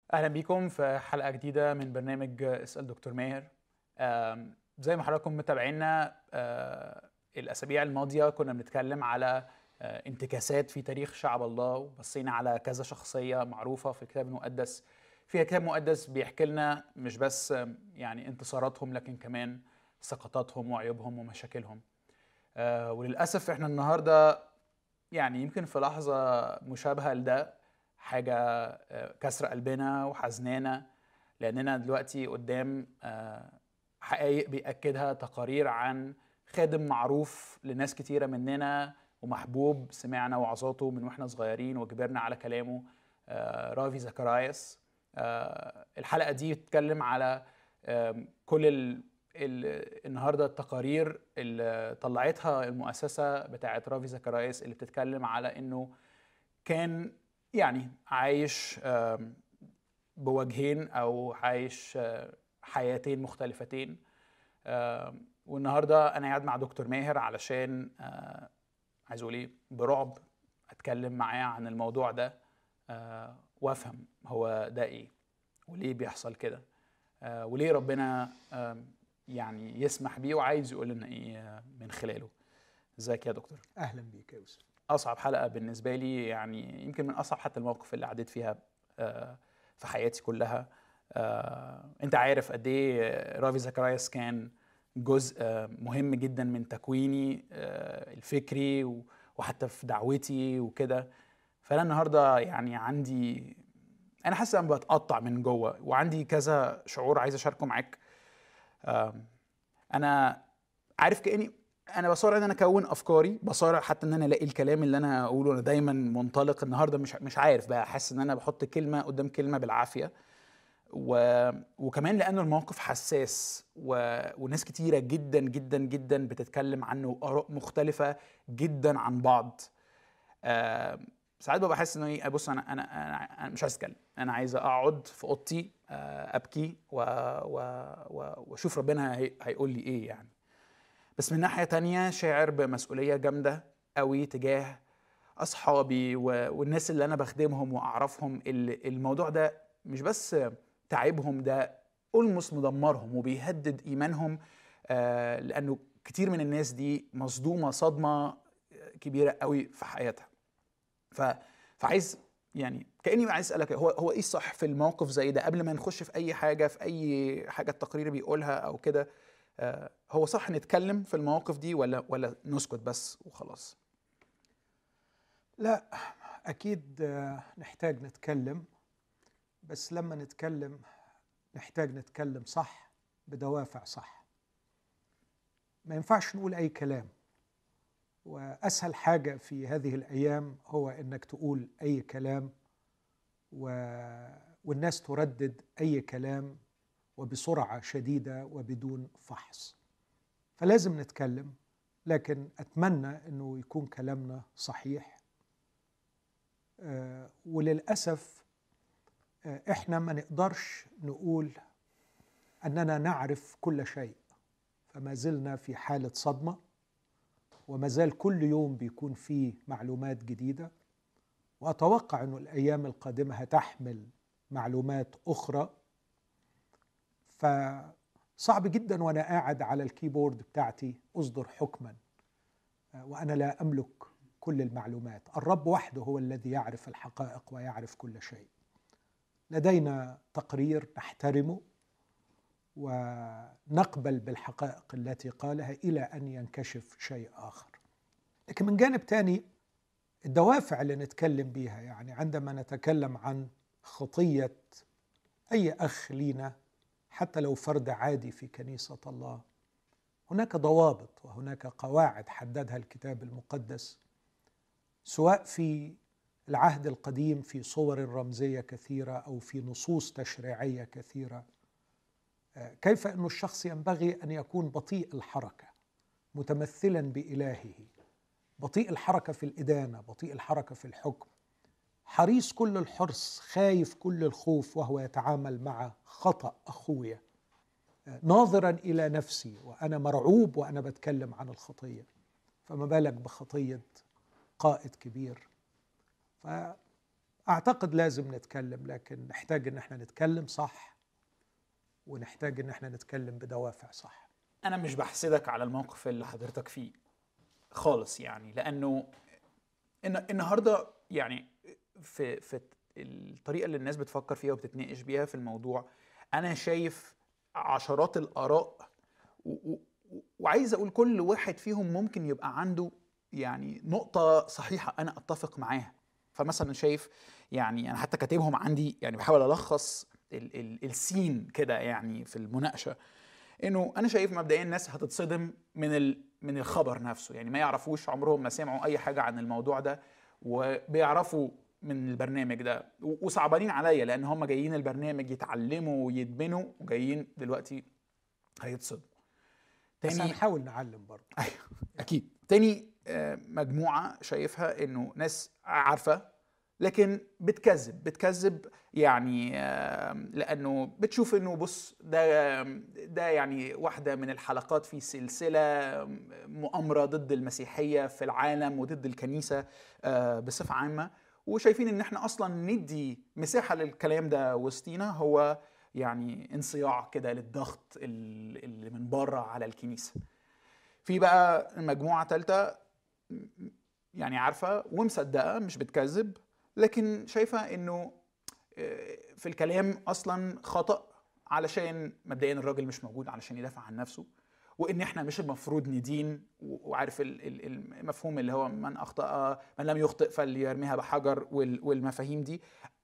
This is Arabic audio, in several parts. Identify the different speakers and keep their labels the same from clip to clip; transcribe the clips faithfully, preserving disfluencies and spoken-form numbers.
Speaker 1: أهلا بيكم في حلقة جديدة من برنامج اسأل دكتور ماهر. آم، زي ما حضراتكم متابعينا، آه، الأسابيع الماضية كنا بنتكلم على آه، انتكاسات في تاريخ شعب الله، وبصينا على كذا شخصية معروفة في الكتاب المقدس. فيها كتاب مقدس بيحكي لنا مش بس آم، يعني انتصاراتهم، لكن كمان سقطاتهم وعيوبهم ومشاكلهم. آه، وللأسف احنا النهاردة يعني يمكن في لحظة مشابهة لده، حاجة آه، كسر قلبنا وحزنانة، لأننا دلوقتي قدام آه، حقائق بيأكدها تقارير عن خادم معروف لناس كتيرة مننا ومحبوب، سمعنا وعظاته من واحنا صغيرين وكبرنا على كلامه. آه، رافي زكراياس. آه، الحلقة دي بتتكلم على آم، كل ال ال النهارده التقارير اللي طلعتها المؤسسة بتاعة رافي زكراياس، اللي بتتكلم على انه كان يعني عايش آم، بوجهين او عايش آه، حياتين مختلفتين. آم، والنهارده انا قاعد مع دكتور ماهر علشان آه، عايز اقول ايه، برعب اتكلم معاه عن الموضوع ده، آه، وافهم هو ده ايه وليه بيحصل كده، آه، وليه ربنا آم، يعني يسمح بيه وعايز يقول لنا ايه آه، من خلاله. ازيك يا دكتور؟
Speaker 2: أهلا بيك يا يوسف.
Speaker 1: اصعب حلقه بالنسبه لي، يعني يمكن من اصعب حتى المواقف اللي عديت فيها آه، في حياتي كلها. آه، انت عارف قد ايه رافي زكراياس كان جزء آه، مهم جدا من تكويني آه، الفكري و- وحتى في دعوتي وكده. فانا النهارده يعني عندي، انا حاسس ان أنا بتقطع من جوه وعندي كذا شعور عايز اشاركه معاك. آم، انا عارف كاني انا بصارع ان انا اكون افكاري، بصارع حتى ان انا الاقي الكلام اللي انا اقوله. انا دايما منطلق النهارده مش مش عارف بقى، حاسس ان انا بحط كلمه قدام كلمه بالعافيه. و... وكمان لان الموقف حساس و... وناس كتيره جدا جدا جدا بتتكلم عنه، واراء مختلفه جدا عن بعض. آه... ساعات ببقى حاسس انه ايه، بص انا انا انا أنا مش عايز اتكلم، انا عايز اقعد في اوضتي آه... ابكي و... و... و... واشوف ربنا هي... هيقول لي ايه يعني. بس من ناحية تانية شاعر بمسؤولية جامدة قوي تجاه أصحابي و- والناس اللي أنا بخدمهم وأعرفهم. ال- الموضوع ده مش بس تعبهم، ده ألمس مدمرهم وبيهدد إيمانهم. آه، لأنه كتير من الناس دي مصدومة صدمة كبيرة قوي في حياتها. ف... فعايز يعني كأني عايز أسألك، هو هو إيه الصح في الموقف زي ده قبل ما نخش في أي حاجة، في أي حاجة التقرير بيقولها أو كده؟ آه، هو صح نتكلم في المواقف دي ولا ولا نسكت بس وخلاص؟
Speaker 2: لا، أكيد آه، نحتاج نتكلم، بس لما نتكلم نحتاج نتكلم صح بدوافع صح. ما ينفعش نقول أي كلام، وأسهل حاجة في هذه الأيام هو إنك تقول أي كلام و... والناس تردد أي كلام وبسرعة شديدة وبدون فحص. فلازم نتكلم، لكن أتمنى أنه يكون كلامنا صحيح. آه، وللأسف احنا ما نقدرش نقول اننا نعرف كل شيء، فما زلنا في حالة صدمة، وما زال كل يوم بيكون فيه معلومات جديدة، وأتوقع أنه الأيام القادمة هتحمل معلومات أخرى. فصعب جدا وأنا قاعد على الكيبورد بتاعتي أصدر حكما وأنا لا أملك كل المعلومات. الرب وحده هو الذي يعرف الحقائق ويعرف كل شيء. لدينا تقرير نحترمه ونقبل بالحقائق التي قالها إلى أن ينكشف شيء آخر. لكن من جانب تاني، الدوافع اللي نتكلم بيها، يعني عندما نتكلم عن خطية أي أخ لينا حتى لو فرد عادي في كنيسة الله، هناك ضوابط وهناك قواعد حددها الكتاب المقدس، سواء في العهد القديم في صور رمزية كثيرة أو في نصوص تشريعية كثيرة. كيف أن الشخص ينبغي أن يكون بطيء الحركة متمثلا بإلهه، بطيء الحركة في الإدانة، بطيء الحركة في الحكم، حريص كل الحرص، خايف كل الخوف وهو يتعامل مع خطأ أخويا، ناظرا إلى نفسي وأنا مرعوب وأنا بتكلم عن الخطية، فما بالك بخطية قائد كبير. أعتقد لازم نتكلم، لكن نحتاج إن احنا نتكلم صح، ونحتاج إن احنا نتكلم بدوافع صح.
Speaker 1: انا مش بحسدك على الموقف اللي حضرتك فيه خالص، يعني لانه الن- النهارده يعني في في الطريقه اللي الناس بتفكر فيها وبتتناقش بيها في الموضوع، انا شايف عشرات الاراء، و- و- وعايز اقول كل واحد فيهم ممكن يبقى عنده يعني نقطه صحيحه انا اتفق معاها. فمثلا شايف، يعني انا حتى كاتبهم عندي، يعني بحاول الخص ال ال السين كده يعني في المناقشه، انه انا شايف مبدئيا الناس هتتصدم من ال من الخبر نفسه، يعني ما يعرفوش، عمرهم ما سمعوا اي حاجه عن الموضوع ده، وبيعرفوا من البرنامج ده و- وصعبانين عليا لان هم جايين البرنامج يتعلموا ويدبنوا، وجايين دلوقتي هيتصدموا.
Speaker 2: بس
Speaker 1: تاني
Speaker 2: هنحاول نعلم برضه.
Speaker 1: ايوه اكيد. تاني آه، مجموعه شايفها انه ناس عارفه لكن بتكذب بتكذب يعني آه، لانه بتشوف انه بص ده ده يعني واحده من الحلقات في سلسله مؤامره ضد المسيحيه في العالم وضد الكنيسه آه، بصفه عامه، وشايفين ان احنا اصلا ندي مساحه للكلام ده وسطينا هو يعني انصياع كده للضغط ال- اللي من بره على الكنيسه. في بقى مجموعة تالتة يعني عارفة ومصدقة مش بتكذب، لكن شايفة انه آه، في الكلام اصلا خطأ، علشان مبدئيا الراجل مش موجود علشان يدافع عن نفسه، وان احنا مش المفروض ندين، وعارف ال- ال- المفهوم اللي هو من اخطأ من لم يخطئ فليرميها بحجر وال- والمفاهيم دي.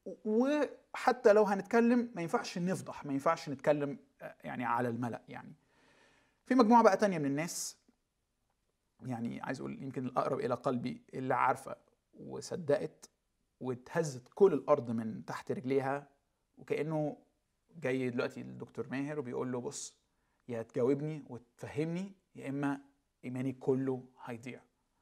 Speaker 1: وحتى لو هنتكلم ما ينفعش نفضح، ما ينفعش نتكلم آه، يعني على الملأ يعني. في مجموعة بقى تانية من الناس، يعني عايز اقول يمكن الاقرب الى قلبي، اللي عارفه وصدقت واتهزت كل الارض من تحت رجليها، وكانه جاي دلوقتي الدكتور ماهر وبيقول له بص، يا تجاوبني وتفهمني يا اما ايماني كله هيضيع.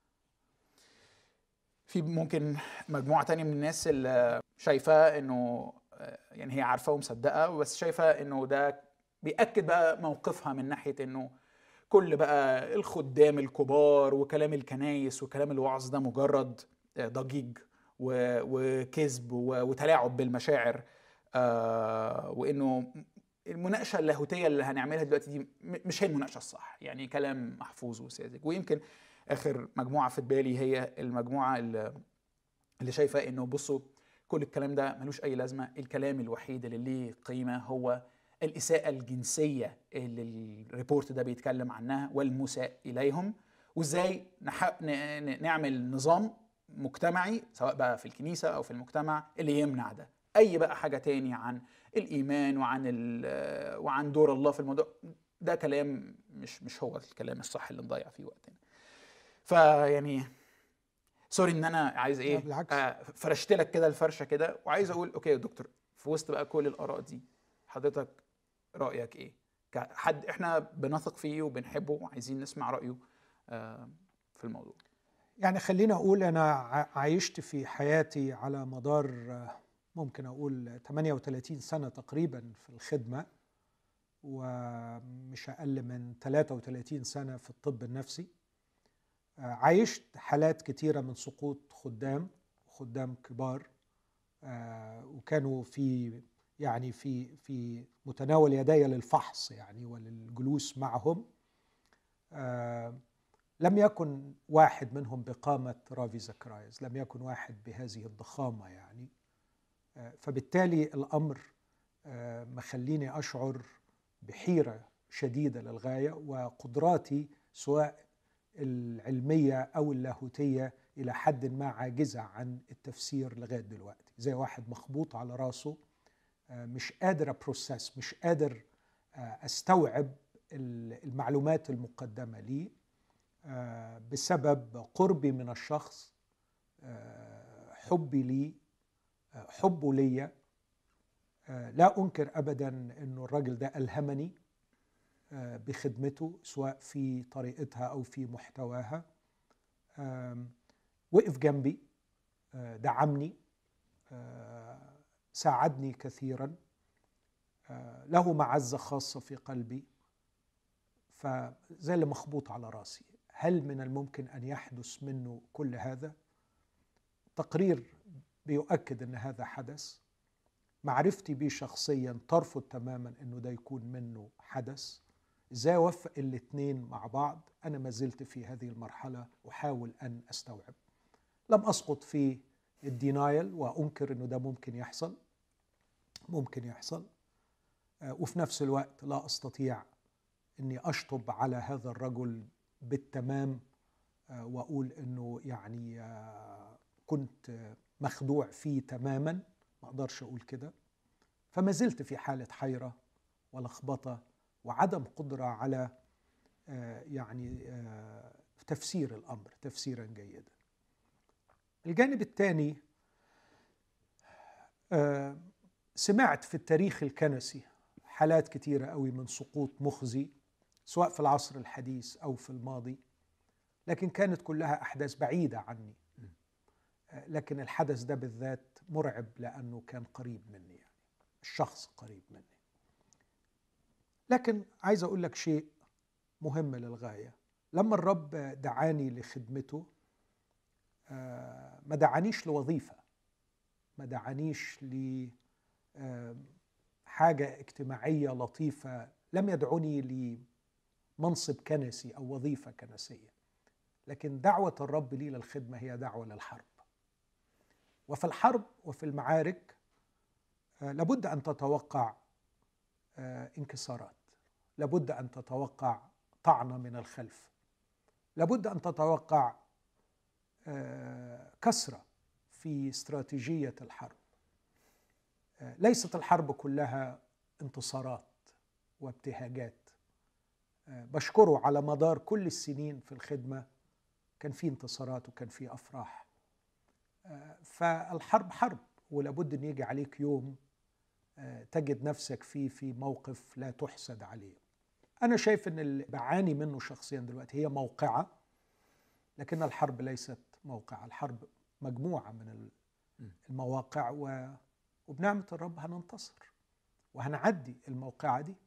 Speaker 1: في ممكن مجموعه تانية من الناس اللي شايفاه انه آه، يعني هي عارفه ومصدقه، بس شايفه انه ده بيأكد بقى موقفها من ناحيه انه كل بقى الخدام الكبار وكلام الكنايس وكلام الوعظ ده مجرد ضجيج و- وكذب و- وتلاعب بالمشاعر، آه، وانه المناقشه اللاهوتيه اللي هنعملها دلوقتي دي م- مش هي المناقشه الصح، يعني كلام محفوظ وساذج. ويمكن اخر مجموعه في بالي هي المجموعه اللي اللي شايفه انه بصوا، كل الكلام ده ملوش اي لازمه، الكلام الوحيد اللي ليه قيمه هو الاساءه الجنسيه اللي الريبورت ده بيتكلم عنها والمساء اليهم، وازاي نح... ن... ن- نعمل نظام مجتمعي سواء بقى في الكنيسه او في المجتمع اللي يمنع ده. اي بقى حاجه تاني عن الايمان وعن ال... وعن دور الله في الموضوع ده كلام مش مش هو الكلام الصح اللي نضيع فيه وقتنا. فيعني سوري ان انا عايز
Speaker 2: لا
Speaker 1: ايه
Speaker 2: بالعكس.
Speaker 1: آه فرشت لك كده الفرشه كده، وعايز اقول اوكي يا دكتور، في وسط بقى كل الاراء دي حضرتك رايك ايه كحد احنا بنثق فيه وبنحبه وعايزين نسمع رايه آه في الموضوع؟
Speaker 2: يعني خليني أقول أنا ع- عايشت في حياتي على مدار آه، ممكن أقول ثمانية وثلاثين سنة تقريبا في الخدمة، ومش أقل من ثلاثة وثلاثين سنة في الطب النفسي. آه، عايشت حالات كتيرة من سقوط خدام خدام كبار، آه، وكانوا في يعني في في متناول يدي للفحص يعني وللجلوس معهم. آه، لم يكن واحد منهم بقامة رافي زكرايز، لم يكن واحد بهذه الضخامة يعني. آه، فبالتالي الأمر آه، مخليني أشعر بحيرة شديدة للغاية، وقدراتي سواء العلمية أو اللاهوتية إلى حد ما عاجزة عن التفسير لغاية دلوقتي، زي واحد مخبوط على راسه، آه، مش قادر أبروسس، مش قادر آه، أستوعب المعلومات المقدمة لي آه، بسبب قربي من الشخص، آه، حبي لي، آه، حبه لي. آه، لا أنكر أبدا أنه الراجل ده ألهمني آه، بخدمته سواء في طريقتها أو في محتواها. آم، وقف جنبي، آه، دعمني، آه، ساعدني كثيرا، آه، له معزة خاصة في قلبي. فزي اللي مخبوط على راسي. هل من الممكن أن يحدث منه كل هذا؟ تقرير بيؤكد أن هذا حدث. معرفتي بيه شخصيا ترفض تماما أنه ده يكون منه حدث. إزاي أوفق الاتنين مع بعض؟ أنا ما زلت في هذه المرحلة أحاول أن أستوعب. لم أسقط في الدينايل وأنكر أنه ده ممكن يحصل، ممكن يحصل، وفي نفس الوقت لا أستطيع أني أشطب على هذا الرجل بالتمام وأقول أنه يعني كنت مخدوع فيه تماما، ما أقدرش أقول كده. فما زلت في حالة حيرة ولخبطة وعدم قدرة على يعني تفسير الأمر تفسيرا جيدا. الجانب الثاني، سمعت في التاريخ الكنسي حالات كتيرة قوي من سقوط مخزي، سواء في العصر الحديث أو في الماضي، لكن كانت كلها أحداث بعيدة عني. لكن الحدث ده بالذات مرعب لأنه كان قريب مني، يعني الشخص قريب مني. لكن عايز أقول لك شيء مهم للغاية. لما الرب دعاني لخدمته ما دعانيش لوظيفة، ما دعانيش لحاجة اجتماعية لطيفة، لم يدعوني لمنصب كنسي أو وظيفة كنسية، لكن دعوة الرب لي للخدمة هي دعوة للحرب. وفي الحرب وفي المعارك لابد أن تتوقع انكسارات، لابد أن تتوقع طعنة من الخلف، لابد أن تتوقع كسرة في استراتيجية الحرب. ليست الحرب كلها انتصارات وابتهاجات. بشكره على مدار كل السنين في الخدمة كان في انتصارات وكان في أفراح. فالحرب حرب، ولابد أن يجي عليك يوم تجد نفسك فيه في موقف لا تحسد عليه. أنا شايف أن اللي بعاني منه شخصيا دلوقتي هي موقعة، لكن الحرب ليست موقعة. الحرب مجموعة من المواقع، وبنعمة الرب هننتصر وهنعدي الموقعة دي،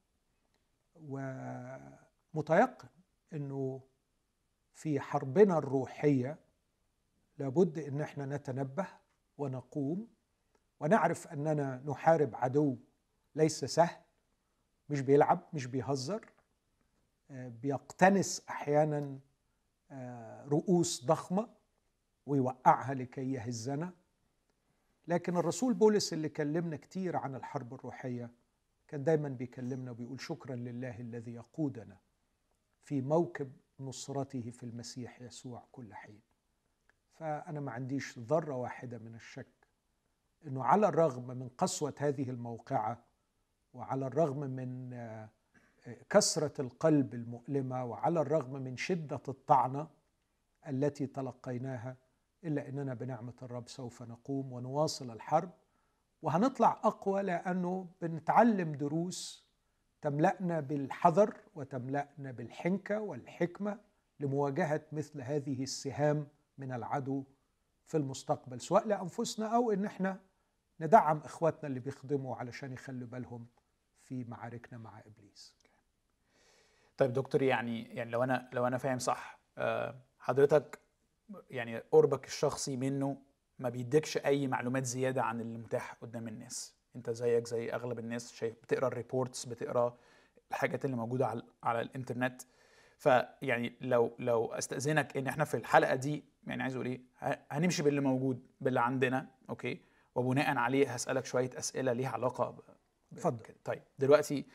Speaker 2: ومتيقن أنه في حربنا الروحية لابد أن احنا نتنبه ونقوم ونعرف أننا نحارب عدو ليس سهل، مش بيلعب، مش بيهزر، بيقتنس أحيانا رؤوس ضخمة ويوقعها لكي يهزنا. لكن الرسول بولس اللي كلمنا كتير عن الحرب الروحية كان دايما بيكلمنا وبيقول شكرا لله الذي يقودنا في موكب نصرته في المسيح يسوع كل حين. فأنا ما عنديش ذرة واحدة من الشك أنه على الرغم من قسوة هذه الموقعة، وعلى الرغم من كسرة القلب المؤلمة، وعلى الرغم من شدة الطعنة التي تلقيناها، إلا أننا بنعمة الرب سوف نقوم ونواصل الحرب، وهنطلع أقوى لأنه بنتعلم دروس تملأنا بالحذر وتملأنا بالحنكة والحكمة لمواجهة مثل هذه السهام من العدو في المستقبل، سواء لأنفسنا أو إن احنا ندعم إخواتنا اللي بيخدموا علشان يخلوا بالهم في معاركنا مع إبليس.
Speaker 1: طيب دكتور، يعني يعني لو أنا لو أنا فاهم صح، حضرتك يعني قربك الشخصي منه ما بيديكش أي معلومات زيادة عن اللي متاح قدام الناس. أنت زيك زي أغلب الناس، شايف، بتقرأ الريبورتس، بتقرأ الحاجات اللي موجودة على على الإنترنت. فيعني لو لو استأذنك ان احنا في الحلقة دي، يعني عايز اقول ايه، هنمشي باللي موجود، باللي عندنا، اوكي، وبناء عليه هسألك شوية أسئلة ليها علاقة ب...
Speaker 2: اتفضل.
Speaker 1: طيب دلوقتي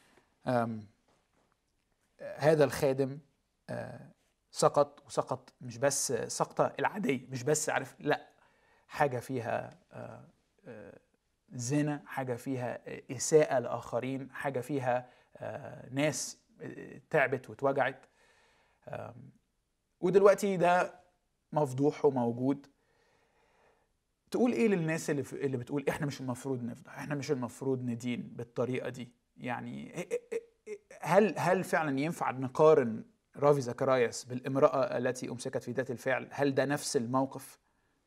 Speaker 1: هذا الخادم سقط، وسقط مش بس سقطة العادية، مش بس عارف، لا، حاجة فيها زنا، حاجة فيها إساءة لآخرين، حاجة فيها ناس تعبت وتوجعت، ودلوقتي ده مفضوح وموجود. تقول ايه للناس اللي اللي بتقول احنا مش المفروض نفضح، احنا مش المفروض ندين بالطريقه دي؟ يعني هل هل فعلا ينفع نقارن رافي زكراياس بالامراه التي امسكت في ذات الفعل؟ هل ده نفس الموقف؟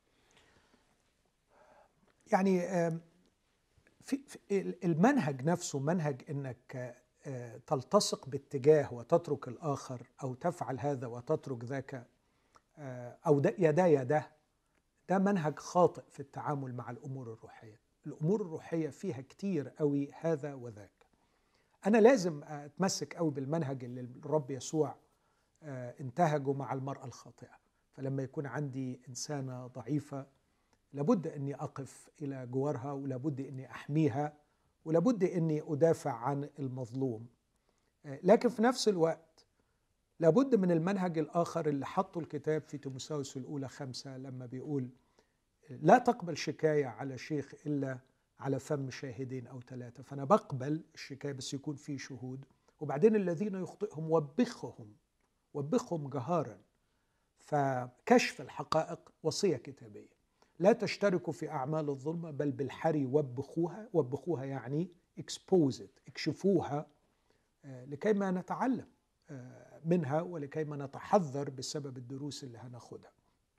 Speaker 2: يعني في المنهج نفسه منهج انك تلتصق باتجاه وتترك الآخر، أو تفعل هذا وتترك ذاك، أو ده يدا يدا، ده منهج خاطئ في التعامل مع الأمور الروحية. الأمور الروحية فيها كتير قوي هذا وذاك. أنا لازم أتمسك قوي بالمنهج اللي الرب يسوع انتهجه مع المرأة الخاطئة. فلما يكون عندي إنسانة ضعيفة لابد أني أقف إلى جوارها، ولابد أني أحميها، ولابد أني أدافع عن المظلوم. لكن في نفس الوقت لابد من المنهج الآخر اللي حطه الكتاب في تيموثاوس الأولى خمسة، لما بيقول لا تقبل شكاية على شيخ إلا على فم شاهدين أو ثلاثة. فأنا بقبل الشكاية بس يكون فيه شهود، وبعدين الذين يخطئهم وبخهم وبخهم جهارا. فكشف الحقائق وصية كتابية. لا تشتركوا في أعمال الظلمة بل بالحري وبخوها. وبخوها يعني expose it، اكشفوها لكي ما نتعلم منها ولكي ما نتحذر بسبب الدروس اللي هناخدها.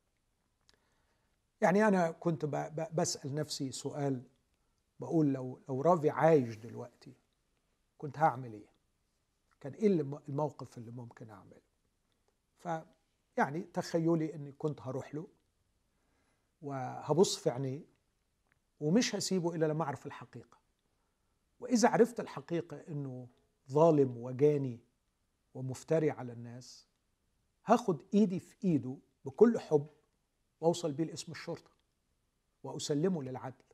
Speaker 2: يعني أنا كنت بسأل نفسي سؤال، بقول لو لو رافي عايش دلوقتي كنت هعمل إيه؟ كان إيه الموقف اللي ممكن أعمله؟ فيعني تخيلي إني كنت هروح له وهبص في عينيه ومش هسيبه إلا لما أعرف الحقيقة. وإذا عرفت الحقيقة إنه ظالم وجاني ومفتري على الناس، هاخد إيدي في إيده بكل حب وأوصل بيه لاسم الشرطة وأسلمه للعدل،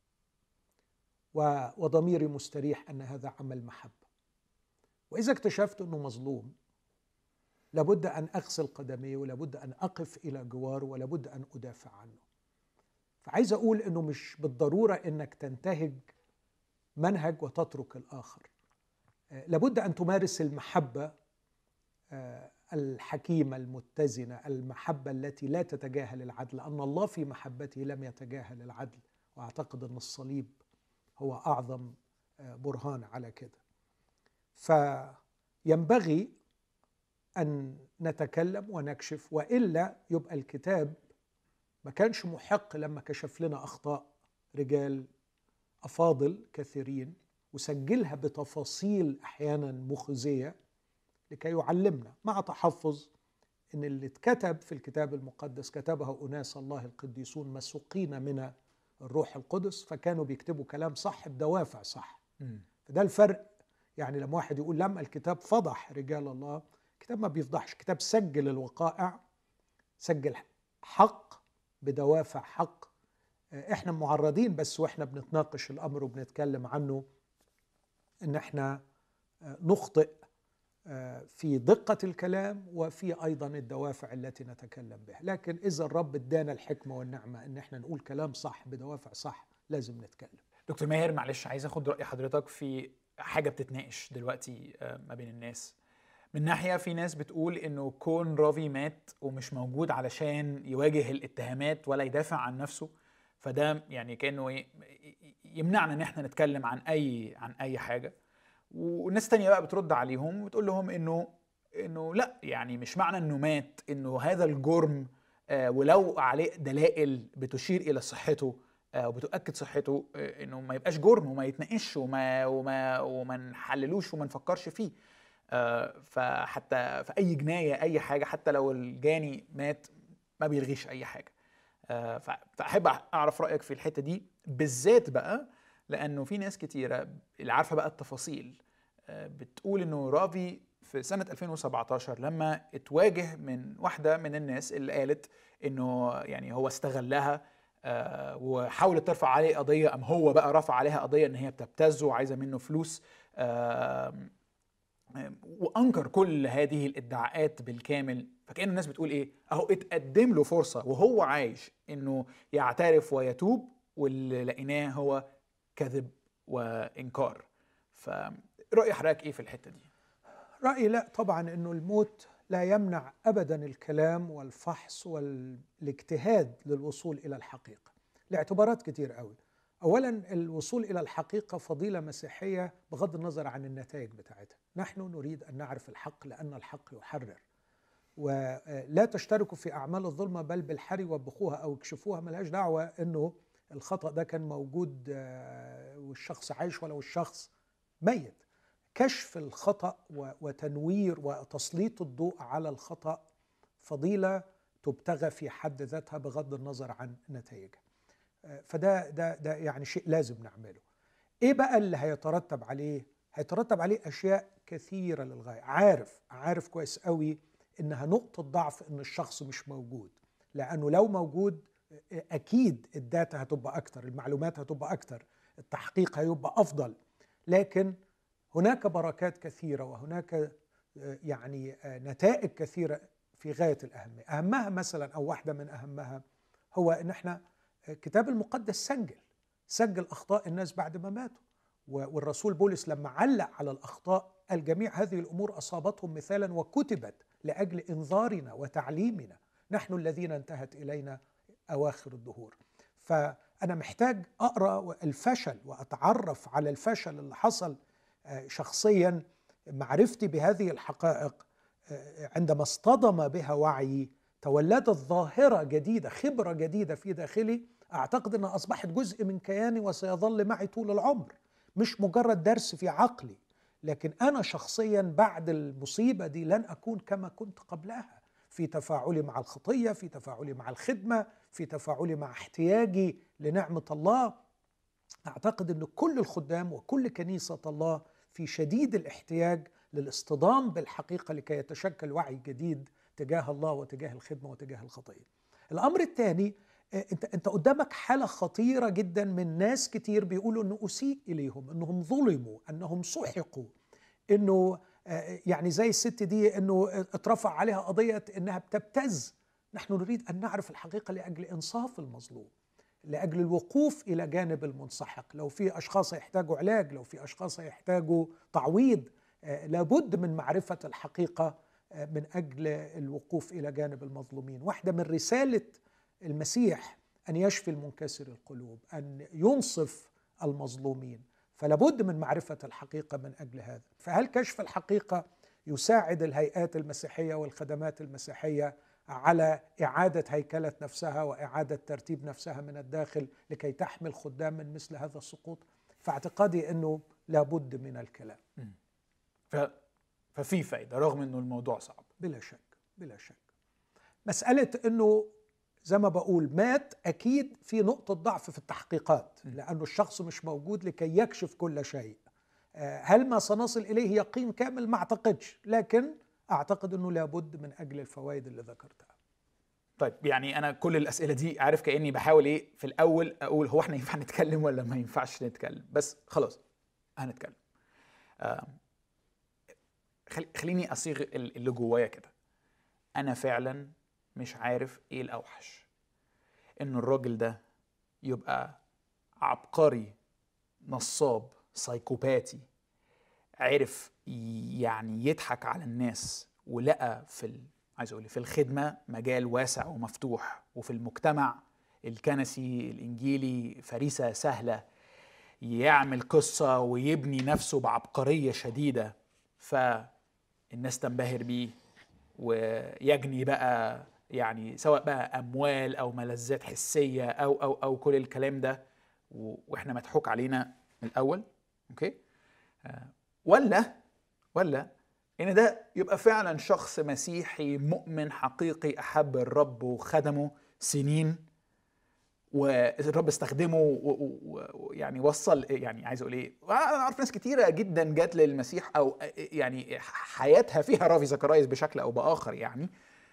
Speaker 2: وضميري مستريح أن هذا عمل محبة. وإذا اكتشفت أنه مظلوم لابد أن أغسل قدميه، ولابد أن أقف إلى جواره، ولابد أن أدافع عنه. فعايز أقول أنه مش بالضرورة أنك تنتهج منهج وتترك الآخر. لابد أن تمارس المحبة الحكيمة المتزنة، المحبة التي لا تتجاهل العدل، لأن الله في محبته لم يتجاهل العدل. وأعتقد أن الصليب هو أعظم برهان على كده. فينبغي أن نتكلم ونكشف، وإلا يبقى الكتاب ما كانش محق لما كشف لنا أخطاء رجال أفاضل كثيرين وسجلها بتفاصيل أحيانا مخزية لكي يعلمنا، مع تحفظ إن اللي اتكتب في الكتاب المقدس كتبه أناس الله القديسون مسوقين من الروح القدس، فكانوا بيكتبوا كلام صح بدوافع صح. م. فده الفرق. يعني لما واحد يقول لما الكتاب فضح رجال الله، الكتاب ما بيفضحش، الكتاب سجل الوقائع، سجل حق بدوافع حق. احنا معرضين بس واحنا بنتناقش الأمر وبنتكلم عنه ان احنا نخطئ في دقة الكلام وفي أيضا الدوافع التي نتكلم بها. لكن إذا الرب ادانا الحكمة والنعمة ان احنا نقول كلام صح بدوافع صح لازم نتكلم.
Speaker 1: دكتور ماهر، معلش عايز اخد رأي حضرتك في حاجة بتتناقش دلوقتي ما بين الناس. من ناحية في ناس بتقول انه كون رافي مات ومش موجود علشان يواجه الاتهامات ولا يدافع عن نفسه، فده يعني كأنه يمنعنا ان احنا نتكلم عن اي عن اي حاجة. وناس تانية بقى بترد عليهم وتقول لهم انه انه لا، يعني مش معنى انه مات انه هذا الجرم آه ولو عليه دلائل بتشير الى صحته آه وبتؤكد صحته آه انه ما يبقاش جرم وما يتناقش وما وما وما نحللوش وما نفكرش فيه. آه فحتى في اي جناية اي حاجة، حتى لو الجاني مات ما بيلغيش اي حاجة. آه فاحب اعرف رأيك في الحتة دي بالذات بقى، لأنه في ناس كتيرة اللي عارفة بقى التفاصيل بتقول إنه رافي في سنة ألفين وسبعتاشر لما اتواجه من واحدة من الناس اللي قالت إنه يعني هو استغلها وحاولت ترفع عليه قضية، أم هو بقى رفع عليها قضية إن هي بتبتزه وعايزة منه فلوس، وأنكر كل هذه الادعاءات بالكامل. فكأن الناس بتقول إيه، أهو اتقدم له فرصة وهو عايش إنه يعترف ويتوب، واللي لقيناه هو كذب وإنكار. فرأي حضرتك إيه في الحتة دي؟
Speaker 2: رأيي لا طبعا، إنه الموت لا يمنع أبدا الكلام والفحص والاجتهاد للوصول إلى الحقيقة لاعتبارات كتير قوي. أولا الوصول إلى الحقيقة فضيلة مسيحية بغض النظر عن النتائج بتاعتها. نحن نريد أن نعرف الحق لأن الحق يحرر. ولا تشتركوا في أعمال الظلمة بل بالحري وبخوها أو اكشفوها. ملهاش دعوة إنه الخطأ ده كان موجود والشخص عايش ولا والشخص ميت. كشف الخطأ وتنوير وتسليط الضوء على الخطأ فضيلة تبتغى في حد ذاتها بغض النظر عن نتائجها. فده ده ده يعني شيء لازم نعمله. ايه بقى اللي هيترتب عليه؟ هيترتب عليه اشياء كثيره للغايه. عارف عارف كويس قوي انها نقطه ضعف ان الشخص مش موجود، لانه لو موجود اكيد الداتا هتبقى اكتر، المعلومات هتبقى اكتر، التحقيق هيبقى افضل. لكن هناك بركات كثيره وهناك يعني نتائج كثيره في غايه الاهميه. اهمها مثلا او واحده من اهمها هو ان احنا الكتاب المقدس سجل سجل اخطاء الناس بعد ما ماتوا، والرسول بولس لما علق على الاخطاء قال جميع هذه الامور اصابتهم مثالا وكتبت لاجل انذارنا وتعليمنا نحن الذين انتهت الينا اواخر الدهور. فانا محتاج اقرا الفشل واتعرف على الفشل اللي حصل شخصيا. معرفتي بهذه الحقائق عندما اصطدم بها وعيي تولدت ظاهرة جديدة، خبرة جديدة في داخلي، أعتقد أنها أصبحت جزء من كياني وسيظل معي طول العمر، مش مجرد درس في عقلي. لكن أنا شخصيا بعد المصيبة دي لن أكون كما كنت قبلها، في تفاعلي مع الخطية، في تفاعلي مع الخدمة، في تفاعلي مع احتياجي لنعمة الله. أعتقد أن كل الخدام وكل كنيسة الله في شديد الاحتياج للاصطدام بالحقيقة لكي يتشكل وعي جديد تجاه الله وتجاه الخدمة وتجاه الخطية. الأمر الثاني، أنت أنت قدامك حالة خطيرة جدا من ناس كتير بيقولوا إنه أسيء إليهم، إنهم ظلموا، إنهم سحقوا، إنه يعني زي الست دي إنه اترفع عليها قضية إنها بتبتز. نحن نريد أن نعرف الحقيقة لأجل إنصاف المظلوم، لأجل الوقوف إلى جانب المنسحق. لو في أشخاص يحتاجوا علاج، لو في أشخاص يحتاجوا تعويض، لابد من معرفة الحقيقة من أجل الوقوف إلى جانب المظلومين. واحدة من رسالة المسيح أن يشفي المنكسر القلوب، أن ينصف المظلومين، فلابد من معرفة الحقيقة من أجل هذا. فهل كشف الحقيقة يساعد الهيئات المسيحية والخدمات المسيحية على إعادة هيكلة نفسها وإعادة ترتيب نفسها من الداخل لكي تحمل خدام من مثل هذا السقوط؟ فاعتقادي أنه لابد من الكلام.
Speaker 1: ف... ففي فايدة رغم أنه الموضوع صعب.
Speaker 2: بلا شك بلا شك. مسألة أنه زي ما بقول مات، أكيد في نقطة ضعف في التحقيقات، لأنه الشخص مش موجود لكي يكشف كل شيء. هل ما سنصل إليه يقين كامل؟ ما أعتقدش، لكن أعتقد أنه لابد من أجل الفوائد اللي ذكرتها.
Speaker 1: طيب يعني أنا كل الأسئلة دي عارف كأني بحاول إيه في الأول أقول هو إحنا ينفع نتكلم ولا ما ينفعش نتكلم، بس خلاص هنتكلم. آه خليني أصيغ اللي جوايا كده. أنا فعلا مش عارف إيه الأوحش، إنه الراجل ده يبقى عبقري نصاب سايكوباتي عرف يعني يضحك على الناس ولقى في ال... عايز أقول في الخدمة مجال واسع ومفتوح، وفي المجتمع الكنسي الإنجيلي فريسة سهلة يعمل قصة ويبني نفسه بعبقرية شديدة، فالناس تنبهر بيه ويجني بقى يعني سواء بقى أموال أو ملذات حسية أو أو أو كل الكلام ده، وإحنا مضحوك علينا من الأول. أوكي؟ آه ولا ولا إن ده يبقى فعلا شخص مسيحي مؤمن حقيقي أحب الرب وخدمه سنين، والرب استخدمه ويعني وصل، يعني عايز اقول ايه، انا اعرف ناس كتيره جدا جات للمسيح او يعني حياتها فيها رافي زكراياس بشكل او باخر يعني،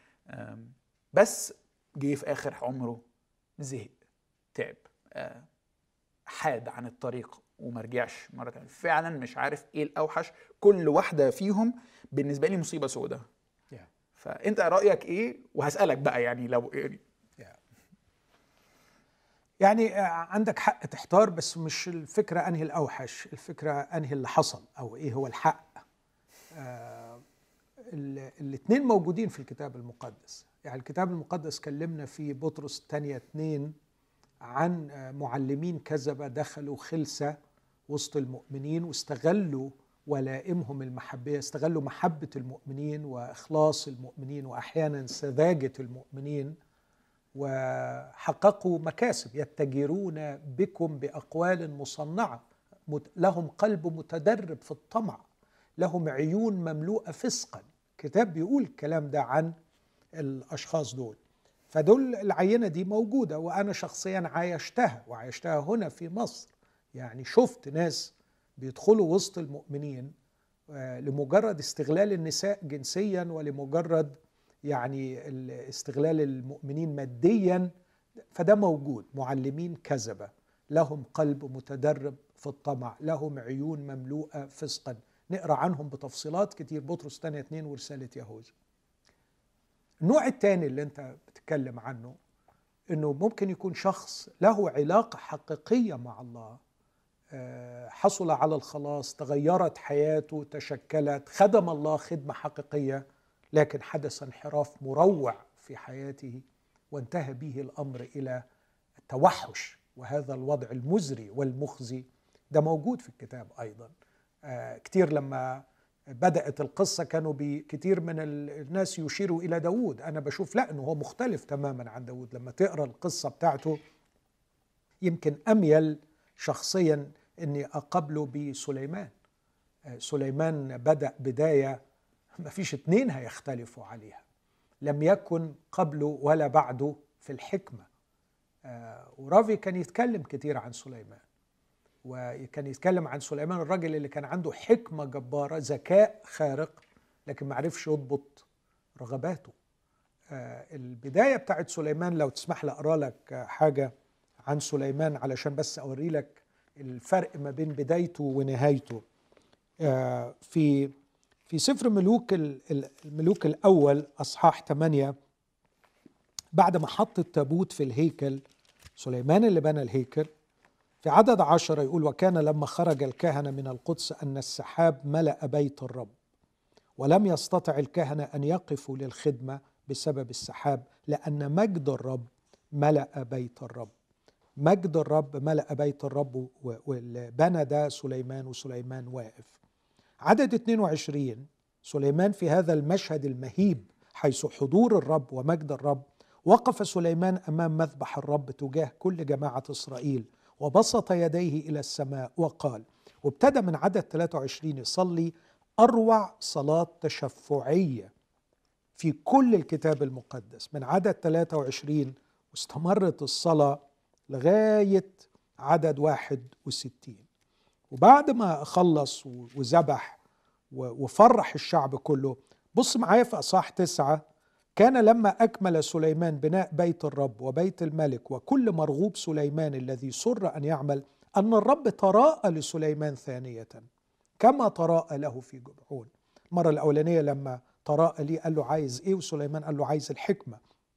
Speaker 1: بس جه في اخر عمره زهق تعب حاد عن الطريق وما رجعش مره ثانيه. فعلا مش عارف ايه الاوحش، كل واحده فيهم بالنسبه لي مصيبه سوداء. yeah. فانت رايك ايه؟ وهسالك بقى يعني لو يعني
Speaker 2: يعني عندك حق تحتار، بس مش الفكرة أنهي الأوحش، الفكرة أنهي اللي حصل أو إيه هو الحق. آه الاثنين موجودين في الكتاب المقدس. يعني الكتاب المقدس كلمنا في بطرس الثانية اثنين عن معلمين كذبة دخلوا خلسة وسط المؤمنين واستغلوا ولائمهم المحبية، استغلوا محبة المؤمنين وإخلاص المؤمنين وأحيانا سذاجة المؤمنين، وحققوا مكاسب. يتجرون بكم بأقوال مصنعة، لهم قلب متدرب في الطمع، لهم عيون مملوءة فسقا. كتاب بيقول الكلام ده عن الأشخاص دول. فدول العينة دي موجودة، وأنا شخصيا عايشتها وعايشتها هنا في مصر. يعني شفت ناس بيدخلوا وسط المؤمنين لمجرد استغلال النساء جنسيا، ولمجرد يعني استغلال المؤمنين ماديا. فده موجود. معلمين كذبة لهم قلب متدرب في الطمع، لهم عيون مملوءة فسقا. نقرأ عنهم بتفصيلات كتير، بطرس الثانية اتنين ورسالة يهوذا. النوع الثاني اللي انت بتتكلم عنه انه ممكن يكون شخص له علاقة حقيقية مع الله، حصل على الخلاص، تغيرت حياته، تشكلت، خدم الله خدمة حقيقية، لكن حدث انحراف مروع في حياته وانتهى به الأمر إلى التوحش، وهذا الوضع المزري والمخزي ده موجود في الكتاب أيضا. كتير لما بدأت القصة كانوا كتير من الناس يشيروا إلى داود. أنا بشوف لا، أنه هو مختلف تماما عن داود. لما تقرأ القصة بتاعته يمكن أميل شخصيا أني أقبله بسليمان. سليمان بدأ بداية ما فيش اتنين هيختلفوا عليها، لم يكن قبله ولا بعده في الحكمة. ورافي كان يتكلم كتير عن سليمان، وكان يتكلم عن سليمان الرجل اللي كان عنده حكمة جبارة، ذكاء خارق، لكن ما عرفش يضبط رغباته. البداية بتاعت سليمان، لو تسمح لي أقرأ لك حاجة عن سليمان علشان بس أوري لك الفرق ما بين بدايته ونهايته. في في سفر ملوك الملوك الأول أصحاح ثمانية، بعد ما حط التابوت في الهيكل، سليمان اللي بنى الهيكل، في عدد عشرة يقول: وكان لما خرج الكهنة من القدس أن السحاب ملأ بيت الرب، ولم يستطع الكهنة أن يقفوا للخدمة بسبب السحاب، لأن مجد الرب ملأ بيت الرب. مجد الرب ملأ بيت الرب، وبنى ده سليمان، وسليمان واقف. عدد اثنين وعشرين، سليمان في هذا المشهد المهيب حيث حضور الرب ومجد الرب، وقف سليمان أمام مذبح الرب تجاه كل جماعة إسرائيل، وبسط يديه إلى السماء وقال. وابتدى من عدد ثلاثة وعشرين يصلي أروع صلاة تشفعية في كل الكتاب المقدس. من عدد ثلاثة وعشرين واستمرت الصلاة لغاية عدد واحد وستين. وبعد ما خلص وذبح وفرح الشعب كله، بص معايا في أصحاح تسعة: كان لما أكمل سليمان بناء بيت الرب وبيت الملك وكل مرغوب سليمان الذي سر أن يعمل، أن الرب تراءى لسليمان ثانية كما تراءى له في جبعون. المرة الأولانية لما تراءى لي قال له عايز إيه، وسليمان قال له عايز الحكمة.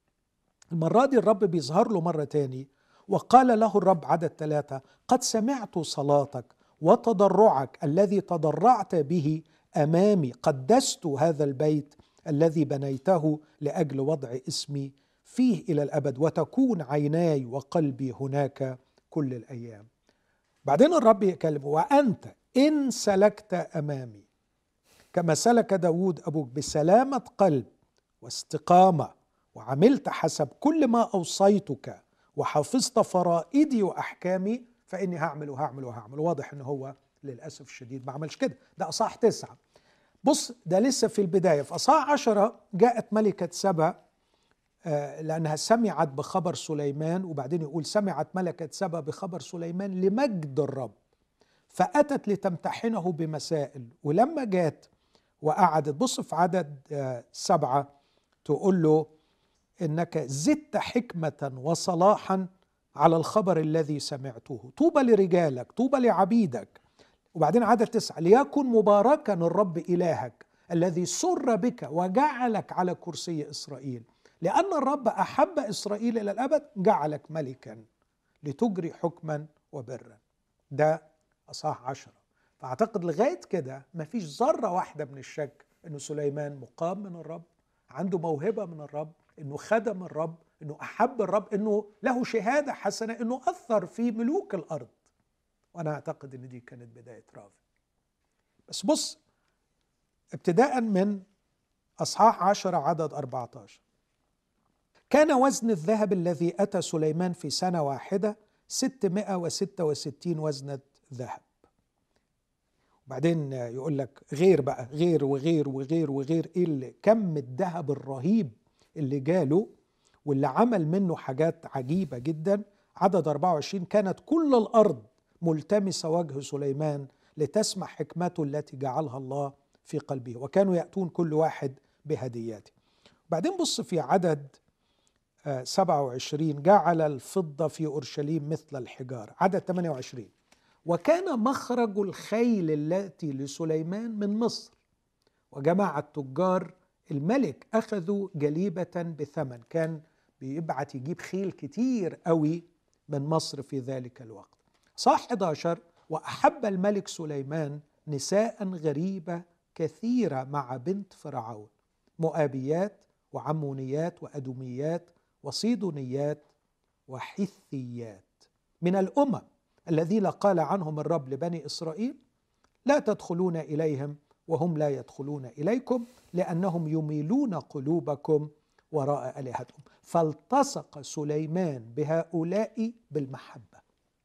Speaker 2: المرة دي الرب بيظهر له مرة تاني، وقال له الرب عدد ثلاثة: قد سمعت صلاتك وتضرعك الذي تضرعت به أمامي، قدست هذا البيت الذي بنيته لأجل وضع اسمي فيه إلى الأبد، وتكون عيناي وقلبي هناك كل الأيام. بعدين الرب يكلمه: وأنت إن سلكت أمامي كما سلك داود أبوك بسلامة قلب واستقامة، وعملت حسب كل ما أوصيتك وحفظت فرائدي وأحكامي، فإني هعمل وهعمل وهعمل. واضح إن هو للأسف الشديد ما عملش كده. ده أصحاح تسعة. بص، ده لسه في البداية. في أصحاح عشرة جاءت ملكة سبا آه لأنها سمعت بخبر سليمان، وبعدين يقول سمعت ملكة سبا بخبر سليمان لمجد الرب، فأتت لتمتحنه بمسائل. ولما جات وقعدت، بص في عدد آه سبعة، تقول له إنك زدت حكمة وصلاحا على الخبر الذي سمعته، طوبى لرجالك، طوبى لعبيدك. وبعدين عدد تسعة: ليكن مباركا الرب إلهك الذي سر بك وجعلك على كرسي إسرائيل، لأن الرب أحب إسرائيل إلى الأبد، جعلك ملكا لتجري حكما وبرا. ده أصحاح عشرة. فأعتقد لغاية كده مفيش ذرة واحدة من الشك أنه سليمان مقام من الرب، عنده موهبة من الرب، أنه خدم الرب، أنه أحب الرب، أنه له شهادة حسنة، أنه أثر في ملوك الأرض. وأنا أعتقد أن دي كانت بداية رافي. بس بص، ابتداء من أصحاح عشرة عدد أربعة عشر: كان وزن الذهب الذي أتى سليمان في سنة واحدة ستمائة وستة وستين وزنة ذهب. وبعدين يقول لك غير بقى غير وغير وغير وغير إيه اللي كم الذهب الرهيب اللي جاله. واللي عمل منه حاجات عجيبة جدا. عدد أربعة وعشرين: كانت كل الأرض ملتمسة وجه سليمان لتسمع حكمته التي جعلها الله في قلبه، وكانوا يأتون كل واحد بهدياته. بعدين بص في عدد سبعة وعشرين: جعل الفضة في أورشليم مثل الحجارة. عدد ثمانية وعشرين: وكان مخرج الخيل التي لسليمان من مصر، وجمع التجار الملك أخذوا جليبة بثمن. كان بيبعت يجيب خيل كتير قوي من مصر في ذلك الوقت. صح أحد عشر: وأحب الملك سليمان نساء غريبة كثيرة مع بنت فرعون، مؤابيات وعمونيات وأدوميات وصيدونيات وحثيات، من الأمم الذين قال عنهم الرب لبني إسرائيل: لا تدخلون إليهم وهم لا يدخلون إليكم، لأنهم يميلون قلوبكم وراء آلهتهم. فالتصق سليمان بهؤلاء بالمحبة.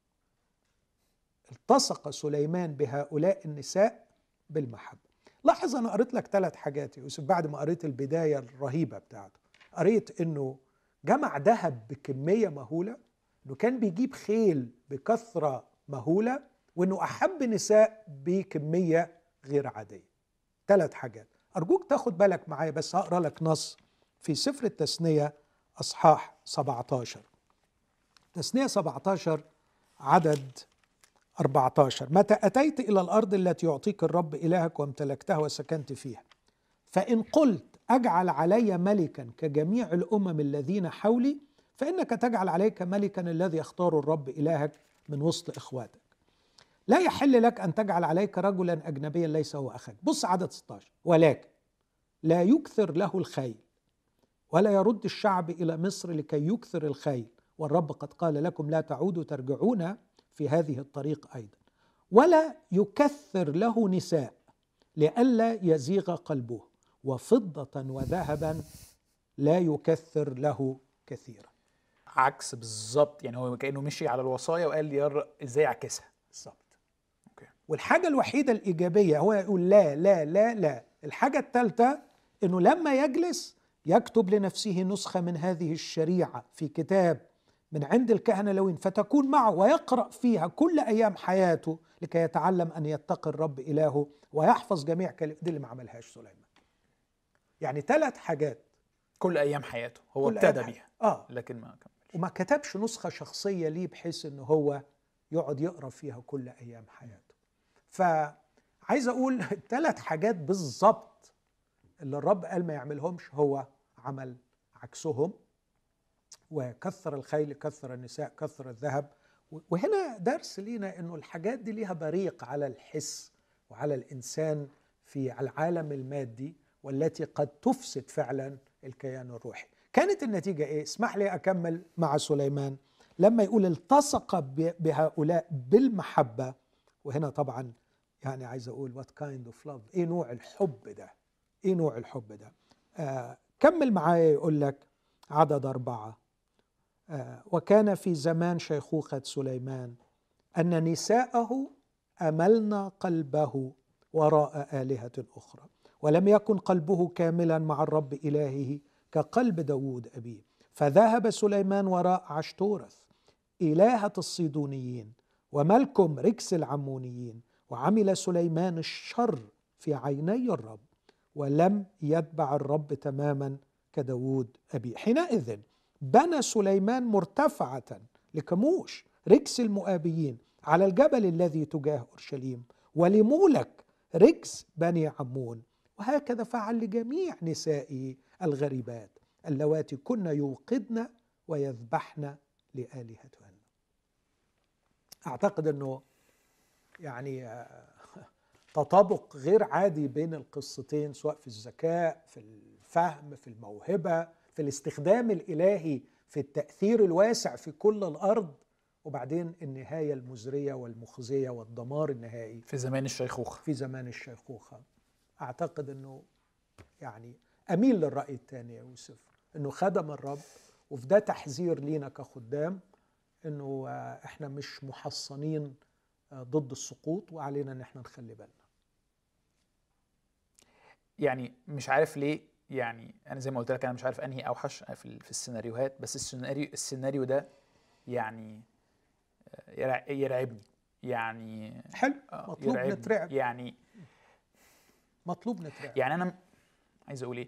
Speaker 2: التصق سليمان بهؤلاء النساء بالمحبة. لاحظ أنا قريت لك ثلاث حاجات يا يوسف بعد ما قريت البداية الرهيبة بتاعته. قريت إنه جمع ذهب بكمية مهولة، إنه كان بيجيب خيل بكثرة مهولة، وإنه أحب نساء بكمية غير عادية. ثلاث حاجات أرجوك تاخد بالك معايا. بس هقرأ لك نص في سفر التثنية أصحاح سبعة عشر. تثنية سبعة عشر عدد أربعة عشر: متى أتيت إلى الأرض التي يعطيك الرب إلهك وامتلكتها وسكنت فيها، فإن قلت أجعل علي ملكا كجميع الأمم الذين حولي، فإنك تجعل عليك ملكا الذي يختار الرب إلهك من وسط إخواتك. لا يحل لك أن تجعل عليك رجلا أجنبيا ليس هو أخاك. بص عدد ستة عشر: ولكن لا يكثر له الخيل، ولا يرد الشعب إلى مصر لكي يكثر الخيل، والرب قد قال لكم لا تعودوا ترجعون في هذه الطريق أيضا. ولا يكثر له نساء لئلا يزيغ قلبه، وفضة وذهبا لا يكثر له كثيرا.
Speaker 1: عكس بالظبط، يعني هو كأنه مشي على الوصايا وقال يا ازاي اعكسها
Speaker 2: بالظبط. والحاجة الوحيدة الإيجابية هو يقول لا لا لا لا. الحاجة الثالثة إنه لما يجلس يكتب لنفسه نسخة من هذه الشريعة في كتاب من عند الكهنة لوين، فتكون معه ويقرأ فيها كل أيام حياته لكي يتعلم أن يتقي الرب إلهه ويحفظ جميع كلمات. دي اللي ما عملهاش سليمان. يعني ثلاث حاجات
Speaker 1: كل أيام حياته هو ابتدى بيها،
Speaker 2: آه.
Speaker 1: لكن ما كملش،
Speaker 2: وما كتبش نسخة شخصية ليه بحيث إنه هو يقعد يقرأ فيها كل أيام حياته. فعايز أقول ثلاث حاجات بالظبط اللي الرب قال ما يعملهمش هو عمل عكسهم. وكثر الخيل، كثر النساء، كثر الذهب. وهنا درس لينا إنه الحاجات دي ليها بريق على الحس وعلى الإنسان في العالم المادي، والتي قد تفسد فعلا الكيان الروحي. كانت النتيجة إيه؟ اسمح لي أكمل مع سليمان لما يقول التصق بهؤلاء بالمحبة. وهنا طبعا يعني عايز أقول what kind of love، إيه نوع الحب ده؟ إيه نوع الحب ده؟ آه كمل معايا يقول لك عدد أربعة: آه وكان في زمان شيخوخة سليمان أن نساءه أملن قلبه وراء آلهة أخرى، ولم يكن قلبه كاملا مع الرب إلهه كقلب داود أبيه. فذهب سليمان وراء عشتورث إلهة الصيدونيين وملكم ركس العمونيين، وعمل سليمان الشر في عيني الرب، ولم يتبع الرب تماما كداود أبيه. حينئذ بنى سليمان مرتفعة لكموش ركس المؤابيين على الجبل الذي تجاه أورشليم، ولمولك ركس بني عمون. وهكذا فعل لجميع نسائه الغريبات اللواتي كن يوقدن ويذبحن لآلهتهن. أعتقد أنه يعني تطابق غير عادي بين القصتين، سواء في الذكاء، في الفهم، في الموهبة، في الاستخدام الإلهي، في التأثير الواسع في كل الأرض، وبعدين النهاية المزرية والمخزية والدمار النهائي
Speaker 1: في زمان الشيخوخة.
Speaker 2: في زمان الشيخوخة. أعتقد أنه يعني أميل للرأي الثاني يا يوسف، أنه خدم الرب، وفي ده تحذير لينا كخدام أنه إحنا مش محصنين ضد السقوط، وعلينا أن احنا نخلي بالنا.
Speaker 1: يعني مش عارف ليه يعني انا زي ما قلت لك انا مش عارف انهي اوحش في في السيناريوهات، بس السيناريو السيناريو ده يعني يرعبني يعني.
Speaker 2: حلو، مطلوب نترعب،
Speaker 1: يعني
Speaker 2: مطلوب نترعب.
Speaker 1: يعني انا عايز اقول ايه،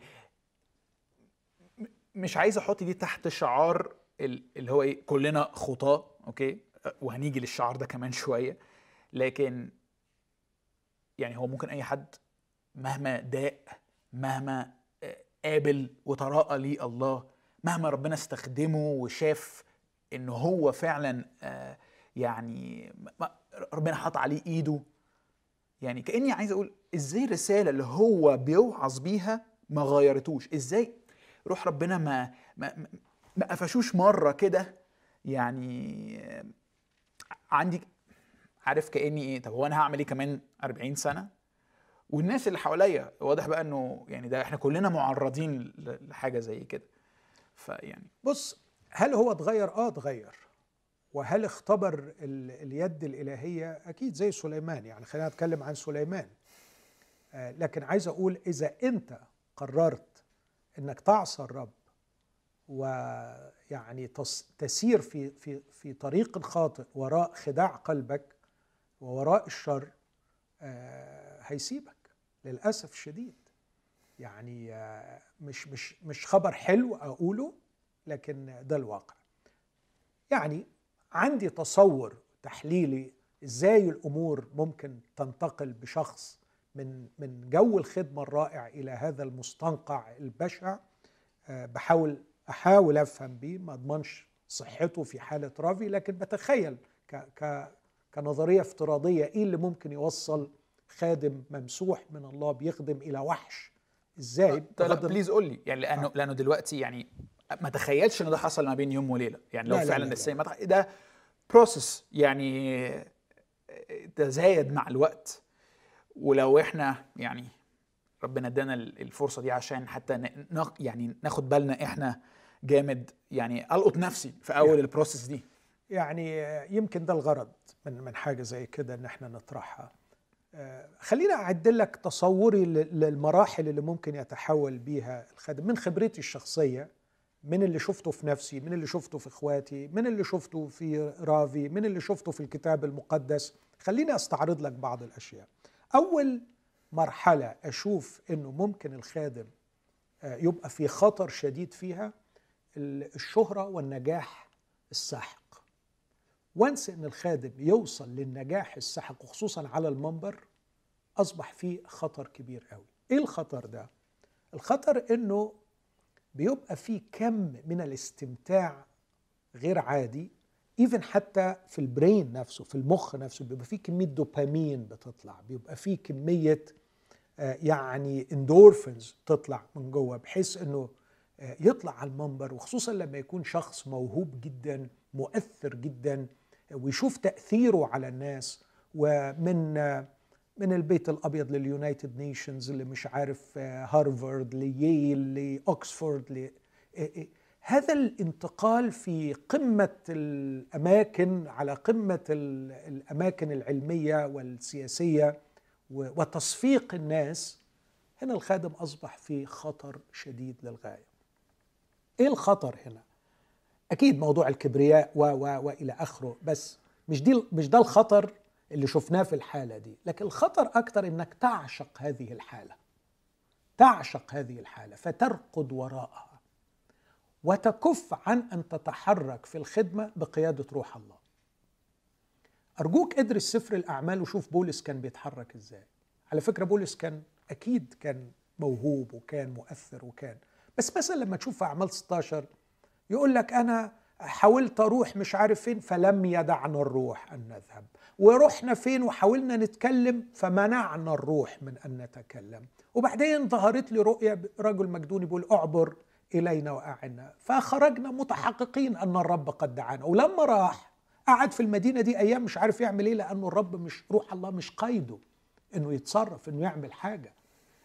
Speaker 1: مش عايز احط دي تحت شعار اللي هو ايه كلنا خطاة، اوكي، وهنيجي للشعار ده كمان شوية، لكن يعني هو ممكن اي حد مهما داء، مهما قابل وتراءى لي الله، مهما ربنا استخدمه وشاف انه هو فعلا يعني ربنا حط عليه ايده، يعني كأني عايز اقول ازاي الرسالة اللي هو بيوعظ بيها ما غيرتوش، ازاي روح ربنا ما ما ما قفشوش مرة كده. يعني عندي عارف كأني ايه، طب هو انا هعمل ايه كمان أربعين سنة، والناس اللي حواليا واضح بقى انه يعني ده احنا كلنا معرضين لحاجة زي كده. فيعني
Speaker 2: بص، هل هو اتغير؟ اه اتغير. وهل اختبر اليد الإلهية؟ أكيد زي سليمان. يعني خلينا نتكلم عن سليمان. آه لكن عايز أقول إذا أنت قررت أنك تعصى الرب ويعني تسير في في في طريق خاطئ وراء خداع قلبك ووراء الشر، آه هيسيبك للأسف الشديد. يعني آه مش مش مش خبر حلو أقوله، لكن ده الواقع. يعني عندي تصور تحليلي ازاي الامور ممكن تنتقل بشخص من من جو الخدمه الرائع الى هذا المستنقع البشع. أه بحاول احاول افهم بيه، ما اضمنش صحته في حاله رافي، لكن بتخيل ك ك كنظريه افتراضيه ايه اللي ممكن يوصل خادم ممسوح من الله بيخدم الى وحش ازاي.
Speaker 1: لا بليز قول لي يعني، لانه آه. لانه دلوقتي يعني ما تخيلش ان ده حصل ما بين يوم وليله، يعني لو لا فعلا السيد ده بروسس يعني تزايد مع الوقت. ولو احنا يعني ربنا ادانا الفرصه دي عشان حتى يعني ناخد بالنا احنا جامد، يعني القط نفسي في اول يعني البروسس دي.
Speaker 2: يعني يمكن ده الغرض من من حاجه زي كده ان احنا نطرحها. خلينا اعد لك تصوري للمراحل اللي ممكن يتحول بيها الخادم من خبرتي الشخصيه، من اللي شفته في نفسي، من اللي شفته في اخواتي، من اللي شفته في رافي، من اللي شفته في الكتاب المقدس. خليني استعرض لك بعض الاشياء. اول مرحله اشوف انه ممكن الخادم يبقى في خطر شديد فيها الشهره والنجاح الساحق. وانس ان الخادم يوصل للنجاح الساحق وخصوصا على المنبر، اصبح فيه خطر كبير قوي. ايه الخطر ده؟ الخطر انه بيبقى فيه كم من الاستمتاع غير عادي، ايفن حتى في البرين نفسه، في المخ نفسه بيبقى فيه كمية دوبامين بتطلع، بيبقى فيه كمية يعني اندورفينز تطلع من جوه، بحيث انه يطلع على المنبر، وخصوصا لما يكون شخص موهوب جدا مؤثر جدا ويشوف تأثيره على الناس. ومن من البيت الأبيض لليونايتد نيشنز، اللي مش عارف هارفارد لييل لأكسفورد ل... هذا الانتقال في قمة الأماكن، على قمة الأماكن العلمية والسياسية وتصفيق الناس، هنا الخادم أصبح في خطر شديد للغاية. إيه الخطر هنا؟ أكيد موضوع الكبرياء و و وإلى آخره، بس مش دي مش ده الخطر اللي شفناه في الحالة دي. لكن الخطر أكتر إنك تعشق هذه الحالة، تعشق هذه الحالة فترقد وراءها وتكف عن أن تتحرك في الخدمة بقيادة روح الله. أرجوك ادرس سفر الأعمال وشوف بولس كان بيتحرك إزاي. على فكرة بولس كان أكيد كان موهوب وكان مؤثر وكان، بس مثلا لما تشوف في أعمال ستة عشر يقول لك أنا حاولت أروح مش عارف فين فلم يدعنا الروح أن نذهب، ورحنا فين وحاولنا نتكلم فمنعنا الروح من أن نتكلم، وبعدين ظهرت لي رؤية رجل مجدوني بيقول أعبر إلينا وأعنا، فخرجنا متحققين أن الرب قد دعانا. ولما راح قعد في المدينة دي أيام مش عارف يعمل إيه، لأنه الرب مش روح الله مش قيده إنه يتصرف إنه يعمل حاجة.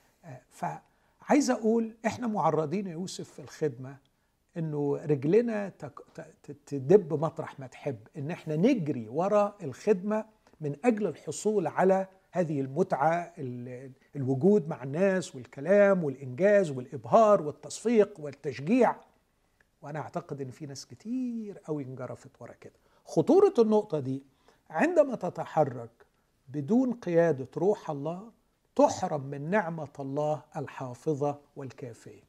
Speaker 2: فعايز أقول إحنا معرضين يا يوسف في الخدمة إنه رجلنا تدب مطرح ما تحب، إن إحنا نجري وراء الخدمة من أجل الحصول على هذه المتعة، الوجود مع الناس والكلام والإنجاز والإبهار والتصفيق والتشجيع. وأنا أعتقد أن في ناس كتير قوي انجرفت ورا كده. خطورة النقطة دي عندما تتحرك بدون قيادة روح الله تحرم من نعمة الله الحافظة والكافية.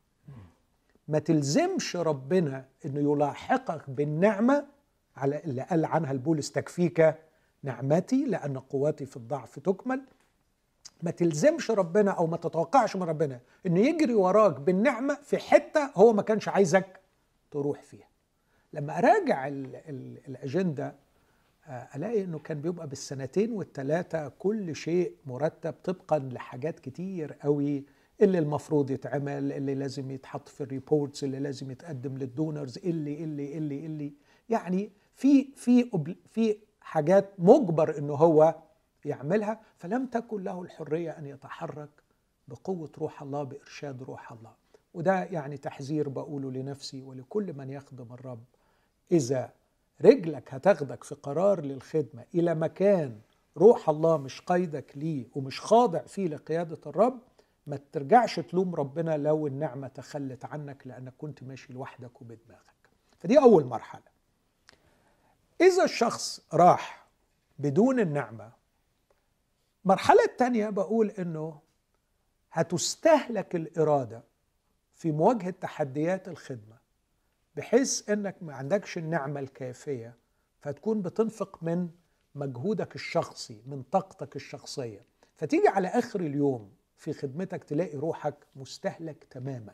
Speaker 2: ما تلزمش ربنا أنه يلاحقك بالنعمة على اللي قال عنها البولس تكفيك نعمتي لأن قوتي في الضعف تكمل. ما تلزمش ربنا أو ما تتوقعش من ربنا أنه يجري وراك بالنعمة في حتة هو ما كانش عايزك تروح فيها. لما أراجع ال ال الأجندة ألاقي أنه كان بيبقى بالسنتين والثلاثة كل شيء مرتب طبقا لحاجات كتير قوي، اللي المفروض يتعمل، اللي لازم يتحط في الريبورتس، اللي لازم يتقدم للدونرز، اللي اللي اللي اللي يعني في في في حاجات مجبر انه هو يعملها. فلم تكن له الحرية ان يتحرك بقوة روح الله، بإرشاد روح الله. وده يعني تحذير بقوله لنفسي ولكل من يخدم الرب. إذا رجلك هتاخدك في قرار للخدمة إلى مكان روح الله مش قيدك ليه ومش خاضع فيه لقيادة الرب، ما ترجعش تلوم ربنا لو النعمة تخلت عنك لأنك كنت ماشي لوحدك وبدماغك. فدي أول مرحلة. إذا الشخص راح بدون النعمة، المرحلة الثانية بقول إنه هتستهلك الإرادة في مواجهة تحديات الخدمة، بحيث إنك ما عندكش النعمة الكافية، فتكون بتنفق من مجهودك الشخصي، من طاقتك الشخصية، فتيجي على آخر اليوم في خدمتك تلاقي روحك مستهلك تماما،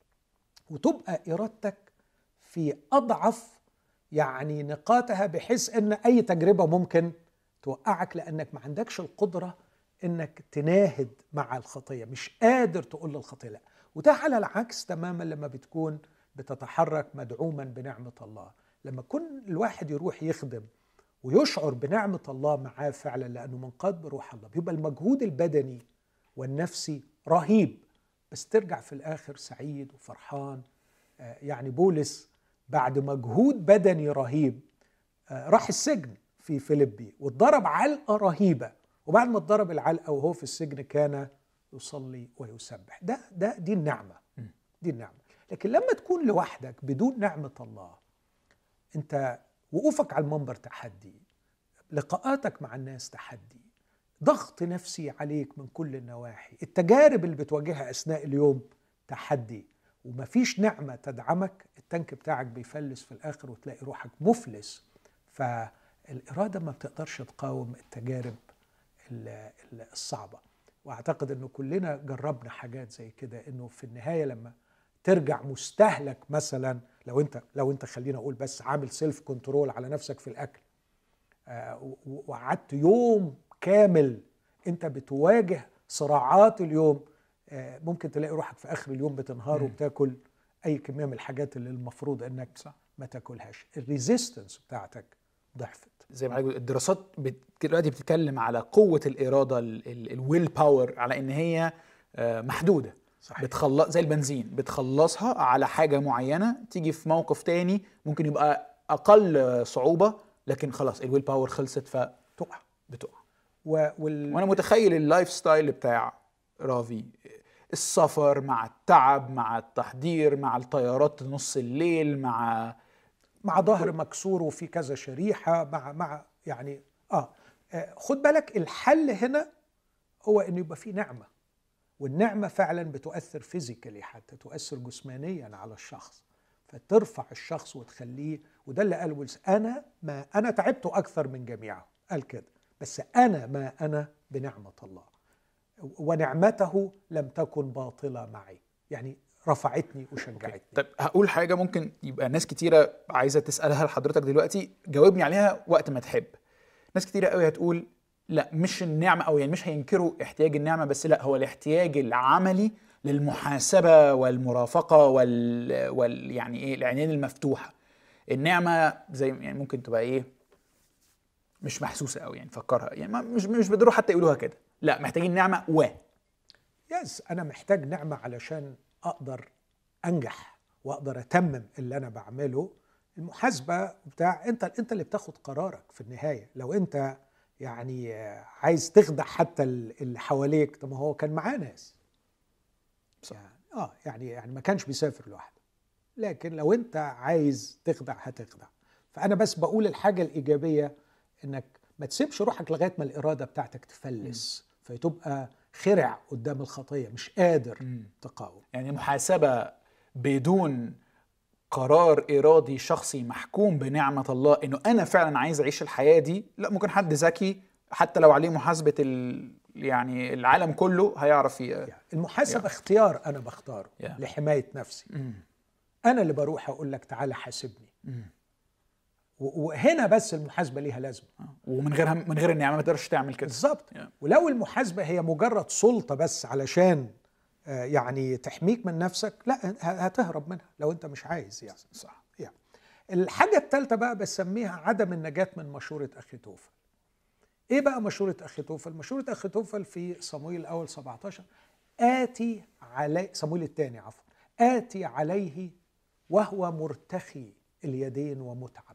Speaker 2: وتبقى إرادتك في أضعف يعني نقاطها، بحيث أن أي تجربة ممكن توقعك لأنك ما عندكش القدرة أنك تناهد مع الخطية، مش قادر تقول للخطية لا. وده على العكس تماما لما بتكون بتتحرك مدعوما بنعمة الله. لما كل الواحد يروح يخدم ويشعر بنعمة الله معاه فعلا لأنه منقاد بروح الله، بيبقى المجهود البدني والنفسي رهيب، بس ترجع في الآخر سعيد وفرحان. يعني بولس بعد مجهود بدني رهيب راح السجن في فيليبي واتضرب علقة رهيبة، وبعد ما اتضرب العلقة وهو في السجن كان يصلي ويسبح. ده ده دي النعمة، دي النعمة. لكن لما تكون لوحدك بدون نعمة الله، انت وقوفك على المنبر تحدي، لقاءاتك مع الناس تحدي، ضغط نفسي عليك من كل النواحي، التجارب اللي بتواجهها أثناء اليوم تحدي، ومفيش نعمة تدعمك، التانك بتاعك بيفلس في الآخر وتلاقي روحك مفلس. فالإرادة ما بتقدرش تقاوم التجارب الصعبة. وأعتقد أنه كلنا جربنا حاجات زي كده، أنه في النهاية لما ترجع مستهلك، مثلا لو أنت لو أنت خلينا أقول بس عامل سيلف كنترول على نفسك في الأكل، آه وقعدت يوم كامل أنت بتواجه صراعات اليوم، آه ممكن تلاقي روحك في آخر اليوم بتنهار وبتاكل أي كمية من الحاجات اللي المفروض أنك صح ما تاكلهاش. الريزيستنس بتاعتك ضعفت.
Speaker 1: زي ما حضرتك الدراسات دلوقتي بتتكلم على قوة الإرادة، الويل باور، على إن هي محدودة. صحيح. بتخلص زي البنزين، بتخلصها على حاجة معينة، تيجي في موقف تاني ممكن يبقى أقل صعوبة، لكن خلاص الويل باور خلصت فتقع بتقع. و... وال... وأنا متخيل اللايف ستايل بتاع رافي، السفر مع التعب مع التحضير مع الطيارات نص الليل مع
Speaker 2: مع ظهر مكسور وفي كذا شريحة مع مع يعني آه خد بالك الحل هنا هو إنه يبقى فيه نعمة، والنعمة فعلا بتؤثر فيزيكالي، حتى تؤثر جسمانيا على الشخص، فترفع الشخص وتخليه. وده اللي قال ويلس، أنا ما أنا تعبت أكثر من جميعهم، قال كده، بس أنا ما أنا بنعمة الله، ونعمته لم تكن باطلة معي، يعني رفعتني وشجعتني.
Speaker 1: طيب هقول حاجة ممكن يبقى ناس كتيرة عايزة تسألها لحضرتك دلوقتي، جاوبني عليها وقت ما تحب. ناس كتيرة قوي هتقول لا مش النعمة، أو يعني مش هينكروا احتياج النعمة، بس لا هو الاحتياج العملي للمحاسبة والمرافقة وال, وال... يعني إيه العينين المفتوحة. النعمة زي يعني ممكن تبقى إيه مش محسوسة قوي، يعني فكرها يعني مش مش بيقدروا حتى يقولوها كده، لا محتاجين نعمة. و
Speaker 2: يس أنا محتاج نعمة علشان أقدر أنجح وأقدر أتمم اللي أنا بعمله. المحاسبة بتاع أنت أنت اللي بتاخد قرارك في النهاية. لو أنت يعني عايز تخدع حتى اللي حواليك. طب ما هو كان معاه ناس يعني اه يعني يعني ما كانش بيسافر لوحده. لكن لو انت عايز تخدع هتخدع. فانا بس بقول الحاجه الايجابيه انك ما تسيبش روحك لغايه ما الاراده بتاعتك تفلس م. فتبقى خرع قدام الخطيه مش قادر م. تقاوم.
Speaker 1: يعني محاسبه بدون قرار ارادي شخصي محكوم بنعمه الله انه انا فعلا عايز اعيش الحياه دي. لا، ممكن حد ذكي حتى لو عليه محاسبه ال... يعني العالم كله هيعرف ي...
Speaker 2: يعني المحاسبه يعني. اختيار انا بختاره yeah. لحمايه نفسي. م. انا اللي بروح اقول لك تعالى حاسبني. م. وهنا بس المحاسبه ليها لازمه،
Speaker 1: ومن غيرها من غير النعمه ما تقدرش تعمل كده
Speaker 2: بالظبط. yeah. ولو المحاسبه هي مجرد سلطه بس علشان يعني تحميك من نفسك، لا هتهرب منها لو انت مش عايز يعني.
Speaker 1: صح.
Speaker 2: يعني الحاجه الثالثه بقى بسميها عدم النجاه من مشوره اخيتوفل. ايه بقى مشوره اخيتوفل؟ مشوره اخيتوفل في صموئيل الاول سبعتاشر، آتي علي صموئيل الثاني عفوا آتي عليه وهو مرتخي اليدين ومتعب.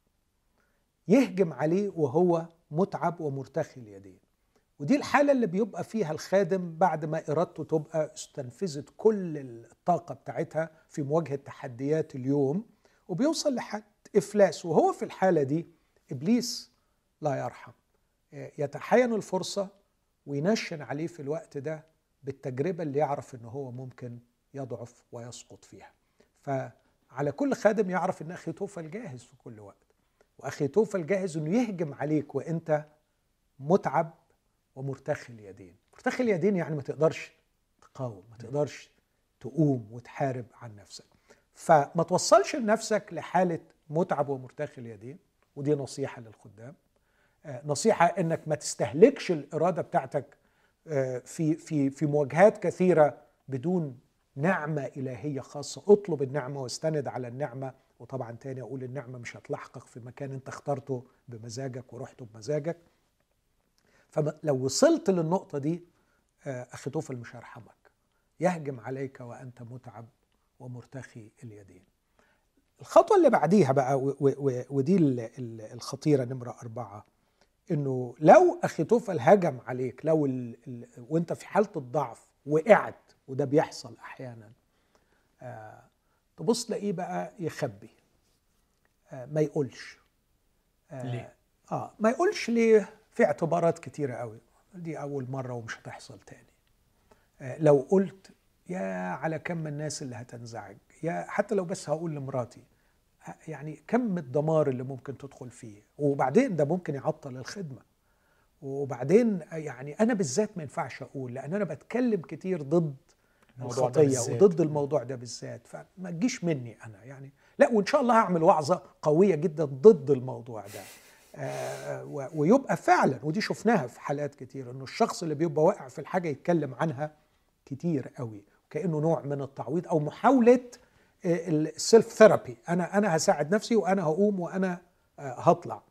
Speaker 2: يهجم عليه وهو متعب ومرتخي اليدين. ودي الحالة اللي بيبقى فيها الخادم بعد ما إرادته تبقى استنفذت كل الطاقة بتاعتها في مواجهة تحديات اليوم، وبيوصل لحد إفلاس. وهو في الحالة دي إبليس لا يرحم، يتحين الفرصة وينشن عليه في الوقت ده بالتجربة اللي يعرف إنه هو ممكن يضعف ويسقط فيها. فعلى كل خادم يعرف إن أخيتوفل جاهز في كل وقت، وأخيتوفل جاهز إنه يهجم عليك وإنت متعب ومرتخي اليدين. مرتخي اليدين يعني ما تقدرش تقاوم، ما تقدرش تقوم وتحارب عن نفسك. فما توصلش لنفسك لحالة متعب ومرتخي اليدين، ودي نصيحة للخدام. نصيحة إنك ما تستهلكش الإرادة بتاعتك في في في مواجهات كثيرة بدون نعمة إلهية خاصة. اطلب النعمة واستند على النعمة. وطبعا تاني أقول النعمة مش هتلاحقك في مكان أنت اخترته بمزاجك ورحته بمزاجك. فلو وصلت للنقطة دي أخيتوفل مش هيرحمك، يهجم عليك وأنت متعب ومرتخي اليدين. الخطوة اللي بعديها بقى ودي الخطيرة نمرة أربعة، إنه لو أخيتوفل هجم عليك، لو ال ال وأنت في حالة الضعف وقعت، وده بيحصل أحيانا، آه تبص تلاقيه بقى يخبي، آه ما يقولش.
Speaker 1: آه ليه؟
Speaker 2: آه ما يقولش ليه؟ في اعتبارات كتيرة قوي. دي أول مرة ومش هتحصل تاني. آه لو قلت يا على كم الناس اللي هتنزعج، يا حتى لو بس هقول لمراتي، يعني كم الدمار اللي ممكن تدخل فيه، وبعدين ده ممكن يعطل الخدمة. وبعدين يعني أنا بالذات ما ينفعش أقول، لأن أنا بتكلم كتير ضد الخطية وضد الموضوع ده بالذات، فما تجيش مني أنا يعني. لا، وإن شاء الله هعمل وعظة قوية جدا ضد الموضوع ده. آه ويبقى فعلا، ودي شفناها في حالات كتير، إنه الشخص اللي بيبقى واقع في الحاجة يتكلم عنها كتير قوي، كأنه نوع من التعويض أو محاولة السيلف ثيرابي. أنا أنا هساعد نفسي وأنا هقوم وأنا هطلع.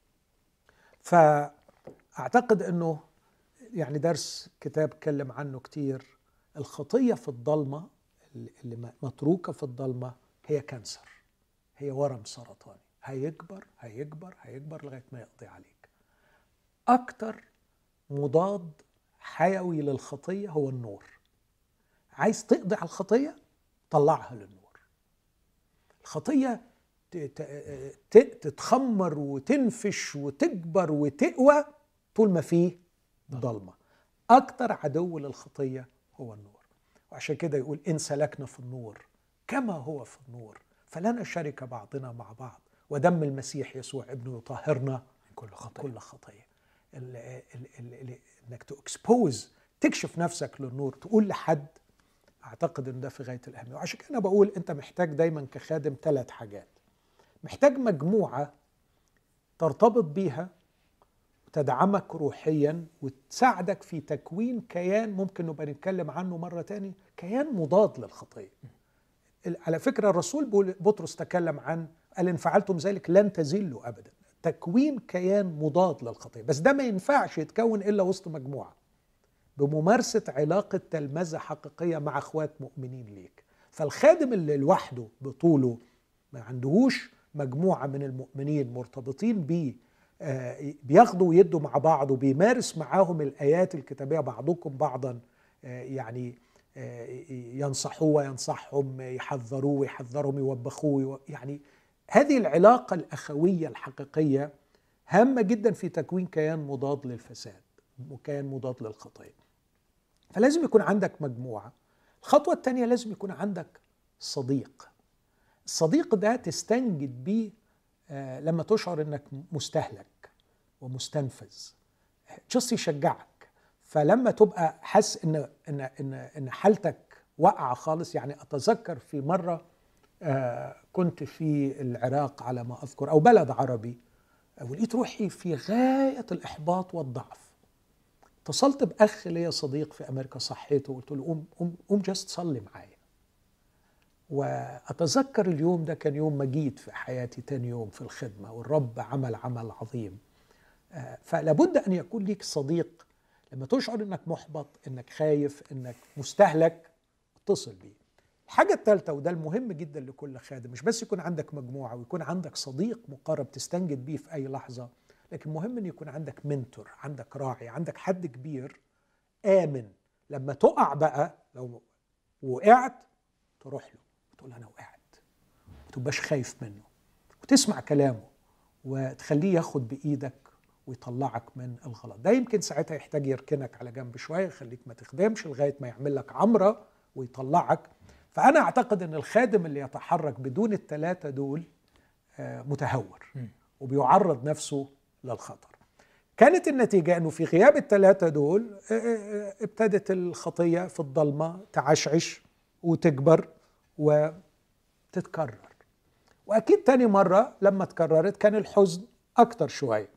Speaker 2: فأعتقد أنه يعني درس كتاب اتكلم عنه كتير، الخطية في الضلمة اللي متروكة في الضلمة هي كانسر، هي ورم سرطاني، هيكبر هيكبر هيكبر لغاية ما يقضي عليك. أكتر مضاد حيوي للخطية هو النور. عايز تقضي على الخطية، طلعها للنور. الخطية تتخمر وتنفش وتكبر وتقوى طول ما فيه ضلمة. أكتر عدو للخطية هو النور. وعشان كده يقول إن سلكنا في النور كما هو في النور فلنا شركة بعضنا مع بعض، ودم المسيح يسوع ابنه يطهرنا من كل خطية. كل خطية. ال ال ال ال إنك تكسبوز، تكشف نفسك للنور، تقول لحد. أعتقد أن ده في غاية الأهمية. وعشان كده أنا بقول أنت محتاج دايما كخادم ثلاث حاجات. محتاج مجموعة ترتبط بيها وتدعمك روحيا وتساعدك في تكوين كيان ممكن نبقى نتكلم عنه مرة تاني، كيان مضاد للخطية. على فكرة الرسول بطرس تكلم عن، قال إن فعلتم ذلك لن تزلوا أبدا. تكوين كيان مضاد للخطية، بس ده ما ينفعش يتكون إلا وسط مجموعة، بممارسة علاقة تلمذة حقيقية مع أخوات مؤمنين ليك. فالخادم اللي لوحده بطوله ما عندهوش مجموعة من المؤمنين مرتبطين بيه بياخدوا ويدوا مع بعض، وبيمارس معاهم الآيات الكتابية بعضكم بعضا، يعني ينصحوه وينصحهم، يحذروه ويحذرهم، يوبخوه. يعني هذه العلاقة الأخوية الحقيقية هامة جدا في تكوين كيان مضاد للفساد وكيان مضاد للخطية. فلازم يكون عندك مجموعة. الخطوة الثانية لازم يكون عندك صديق. الصديق ده تستنجد بيه لما تشعر انك مستهلك ومستنفذ، جس يشجعك. فلما تبقى حس ان ان ان ان حالتك واقعه خالص، يعني اتذكر في مره كنت في العراق على ما اذكر او بلد عربي، ولقيت روحي في غايه الاحباط والضعف. اتصلت باخ ليا صديق في امريكا، صحيته وقلت له قوم قوم قوم جست صلي معايا. وأتذكر اليوم ده كان يوم مجيد في حياتي، تاني يوم في الخدمة، والرب عمل عمل عظيم. فلابد أن يكون ليك صديق لما تشعر أنك محبط، أنك خايف، أنك مستهلك، اتصل بيه. الحاجة الثالثة، وده المهم جدا لكل خادم، مش بس يكون عندك مجموعة ويكون عندك صديق مقرب تستنجد بيه في أي لحظة، لكن مهم أن يكون عندك منتور، عندك راعي، عندك حد كبير آمن. لما تقع بقى، لو وقعت تروح له تقول أنا وقعت، ما تبقاش خايف منه، وتسمع كلامه وتخليه ياخد بإيدك ويطلعك من الغلط. ده يمكن ساعتها يحتاج يركنك على جنب شوية، يخليك ما تخدمش لغاية ما يعمل لك عمرة ويطلعك. فأنا أعتقد أن الخادم اللي يتحرك بدون الثلاثة دول متهور وبيعرض نفسه للخطر. كانت النتيجة أنه في غياب الثلاثة دول ابتدت الخطية في الضلمة تعشعش وتكبر وتتكرر. وأكيد تاني مرة لما تكررت كان الحزن أكتر شوية،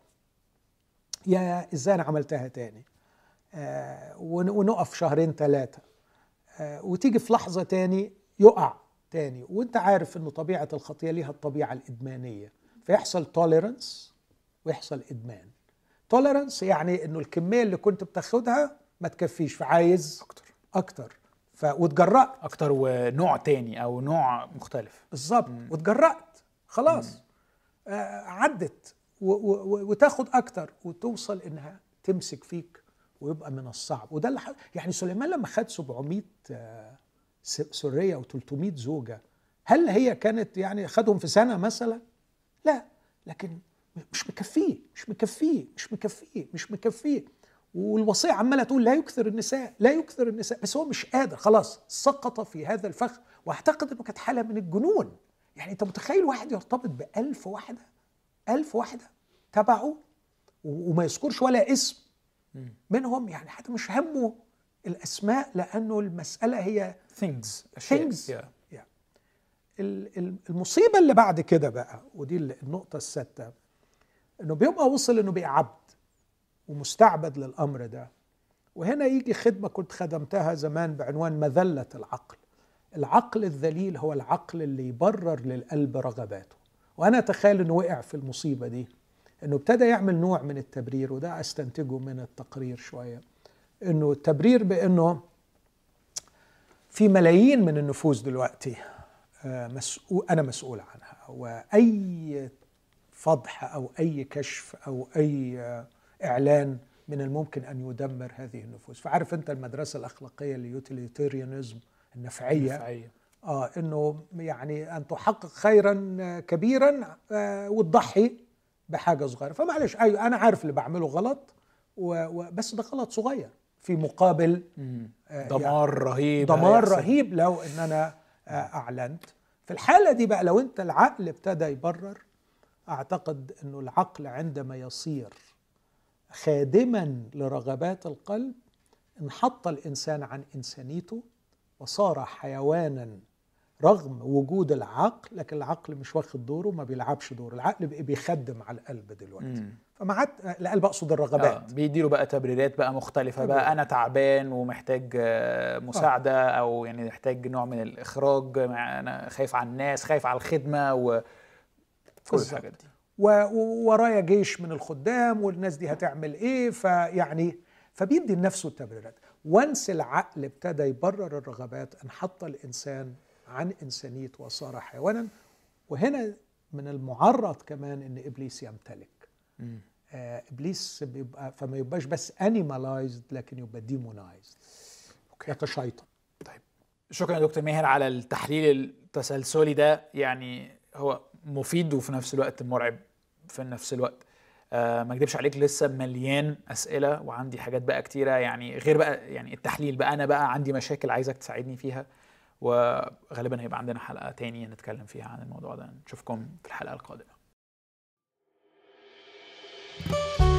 Speaker 2: يا إزاي أنا عملتها تاني، آه ونقف شهرين ثلاثة، آه وتيجي في لحظة تاني يقع تاني. وانت عارف أنه طبيعة الخطية ليها الطبيعة الإدمانية، فيحصل توليرنس ويحصل إدمان. توليرنس يعني أنه الكمية اللي كنت بتاخدها ما تكفيش، فعايز أكتر أكتر، ف... وتجرأت
Speaker 1: أكتر ونوع تاني أو نوع مختلف
Speaker 2: بالظبط، وتجرأت خلاص، آه عدت و... و... وتاخد أكتر، وتوصل إنها تمسك فيك ويبقى من الصعب. وده اللي ح... يعني سليمان لما خد سبعمائة آه سرية و ثلاثمائة زوجة، هل هي كانت يعني خدهم في سنة مثلا؟ لا، لكن مش مكفيه مش مكفيه مش مكفيه مش مكفيه والوصية عمالة تقول لا يكثر النساء لا يكثر النساء، بس هو مش قادر، خلاص سقط في هذا الفخ. واعتقد انه كانت حالة من الجنون. يعني انت متخيل واحد يرتبط بألف واحدة ألف واحدة تبعه وما يذكرش ولا اسم منهم، يعني حتى مش همه الأسماء، لأنه المسألة هي
Speaker 1: things,
Speaker 2: things. Yeah. Yeah. المصيبة اللي بعد كده بقى، ودي النقطة السادسة، انه بيبقى وصل انه بقى عبد ومستعبد للأمر ده. وهنا يجي خدمة كنت خدمتها زمان بعنوان مذلة العقل. العقل الذليل هو العقل اللي يبرر للقلب رغباته. وأنا أتخيل أنه وقع في المصيبة دي، أنه ابتدى يعمل نوع من التبرير، وده أستنتجه من التقرير شوية، أنه التبرير بأنه في ملايين من النفوس دلوقتي مسؤول أنا مسؤول عنها، وأي فضح أو أي كشف أو أي إعلان من الممكن أن يدمر هذه النفوس. فعارف أنت المدرسة الأخلاقية اليوتيليتيريانزم، النفعية, النفعية. آه إنه يعني أن تحقق خيرا كبيرا آه وتضحي بحاجة صغيرة. فمعلش أيوة أنا عارف اللي بعمله غلط، بس ده غلط صغير في مقابل
Speaker 1: آه دمار يعني رهيب
Speaker 2: دمار رهيب لو إن أنا آه أعلنت. في الحالة دي بقى لو أنت العقل ابتدى يبرر، أعتقد أنه العقل عندما يصير خادما لرغبات القلب انحط الإنسان عن إنسانيته وصار حيوانا رغم وجود العقل، لكن العقل مش واخد دوره، ما بيلعبش دور. العقل بقى بيخدم على القلب دلوقتي. فما عاد القلب أقصد الرغبات،
Speaker 1: آه بيديله بقى تبريرات بقى مختلفة تبرير. بقى أنا تعبان ومحتاج مساعدة آه. أو يعني محتاج نوع من الإخراج، أنا خايف على الناس، خايف على الخدمة و كل الحاجات دي،
Speaker 2: وورايا جيش من الخدام والناس دي هتعمل ايه، فيعني فبيدي لنفسه التبريرات. وانس العقل ابتدى يبرر الرغبات انحط الانسان عن انسانيته وصار حيوانا. وهنا من المعرض كمان ان ابليس يمتلك، آه ابليس بيبقى فما يبقاش بس انيمالايزد لكن يبقى ديمونايزد، يتشيطن.
Speaker 1: طيب شكرا يا دكتور ماهر على التحليل التسلسلي ده، يعني هو مفيد وفي نفس الوقت مرعب في نفس الوقت. آه ما اكدبش عليك لسه مليان اسئله وعندي حاجات بقى كتيره، يعني غير بقى يعني التحليل بقى انا بقى عندي مشاكل عايزك تساعدني فيها، وغالبا هيبقى عندنا حلقه تاني نتكلم فيها عن الموضوع ده. نشوفكم في الحلقه القادمه.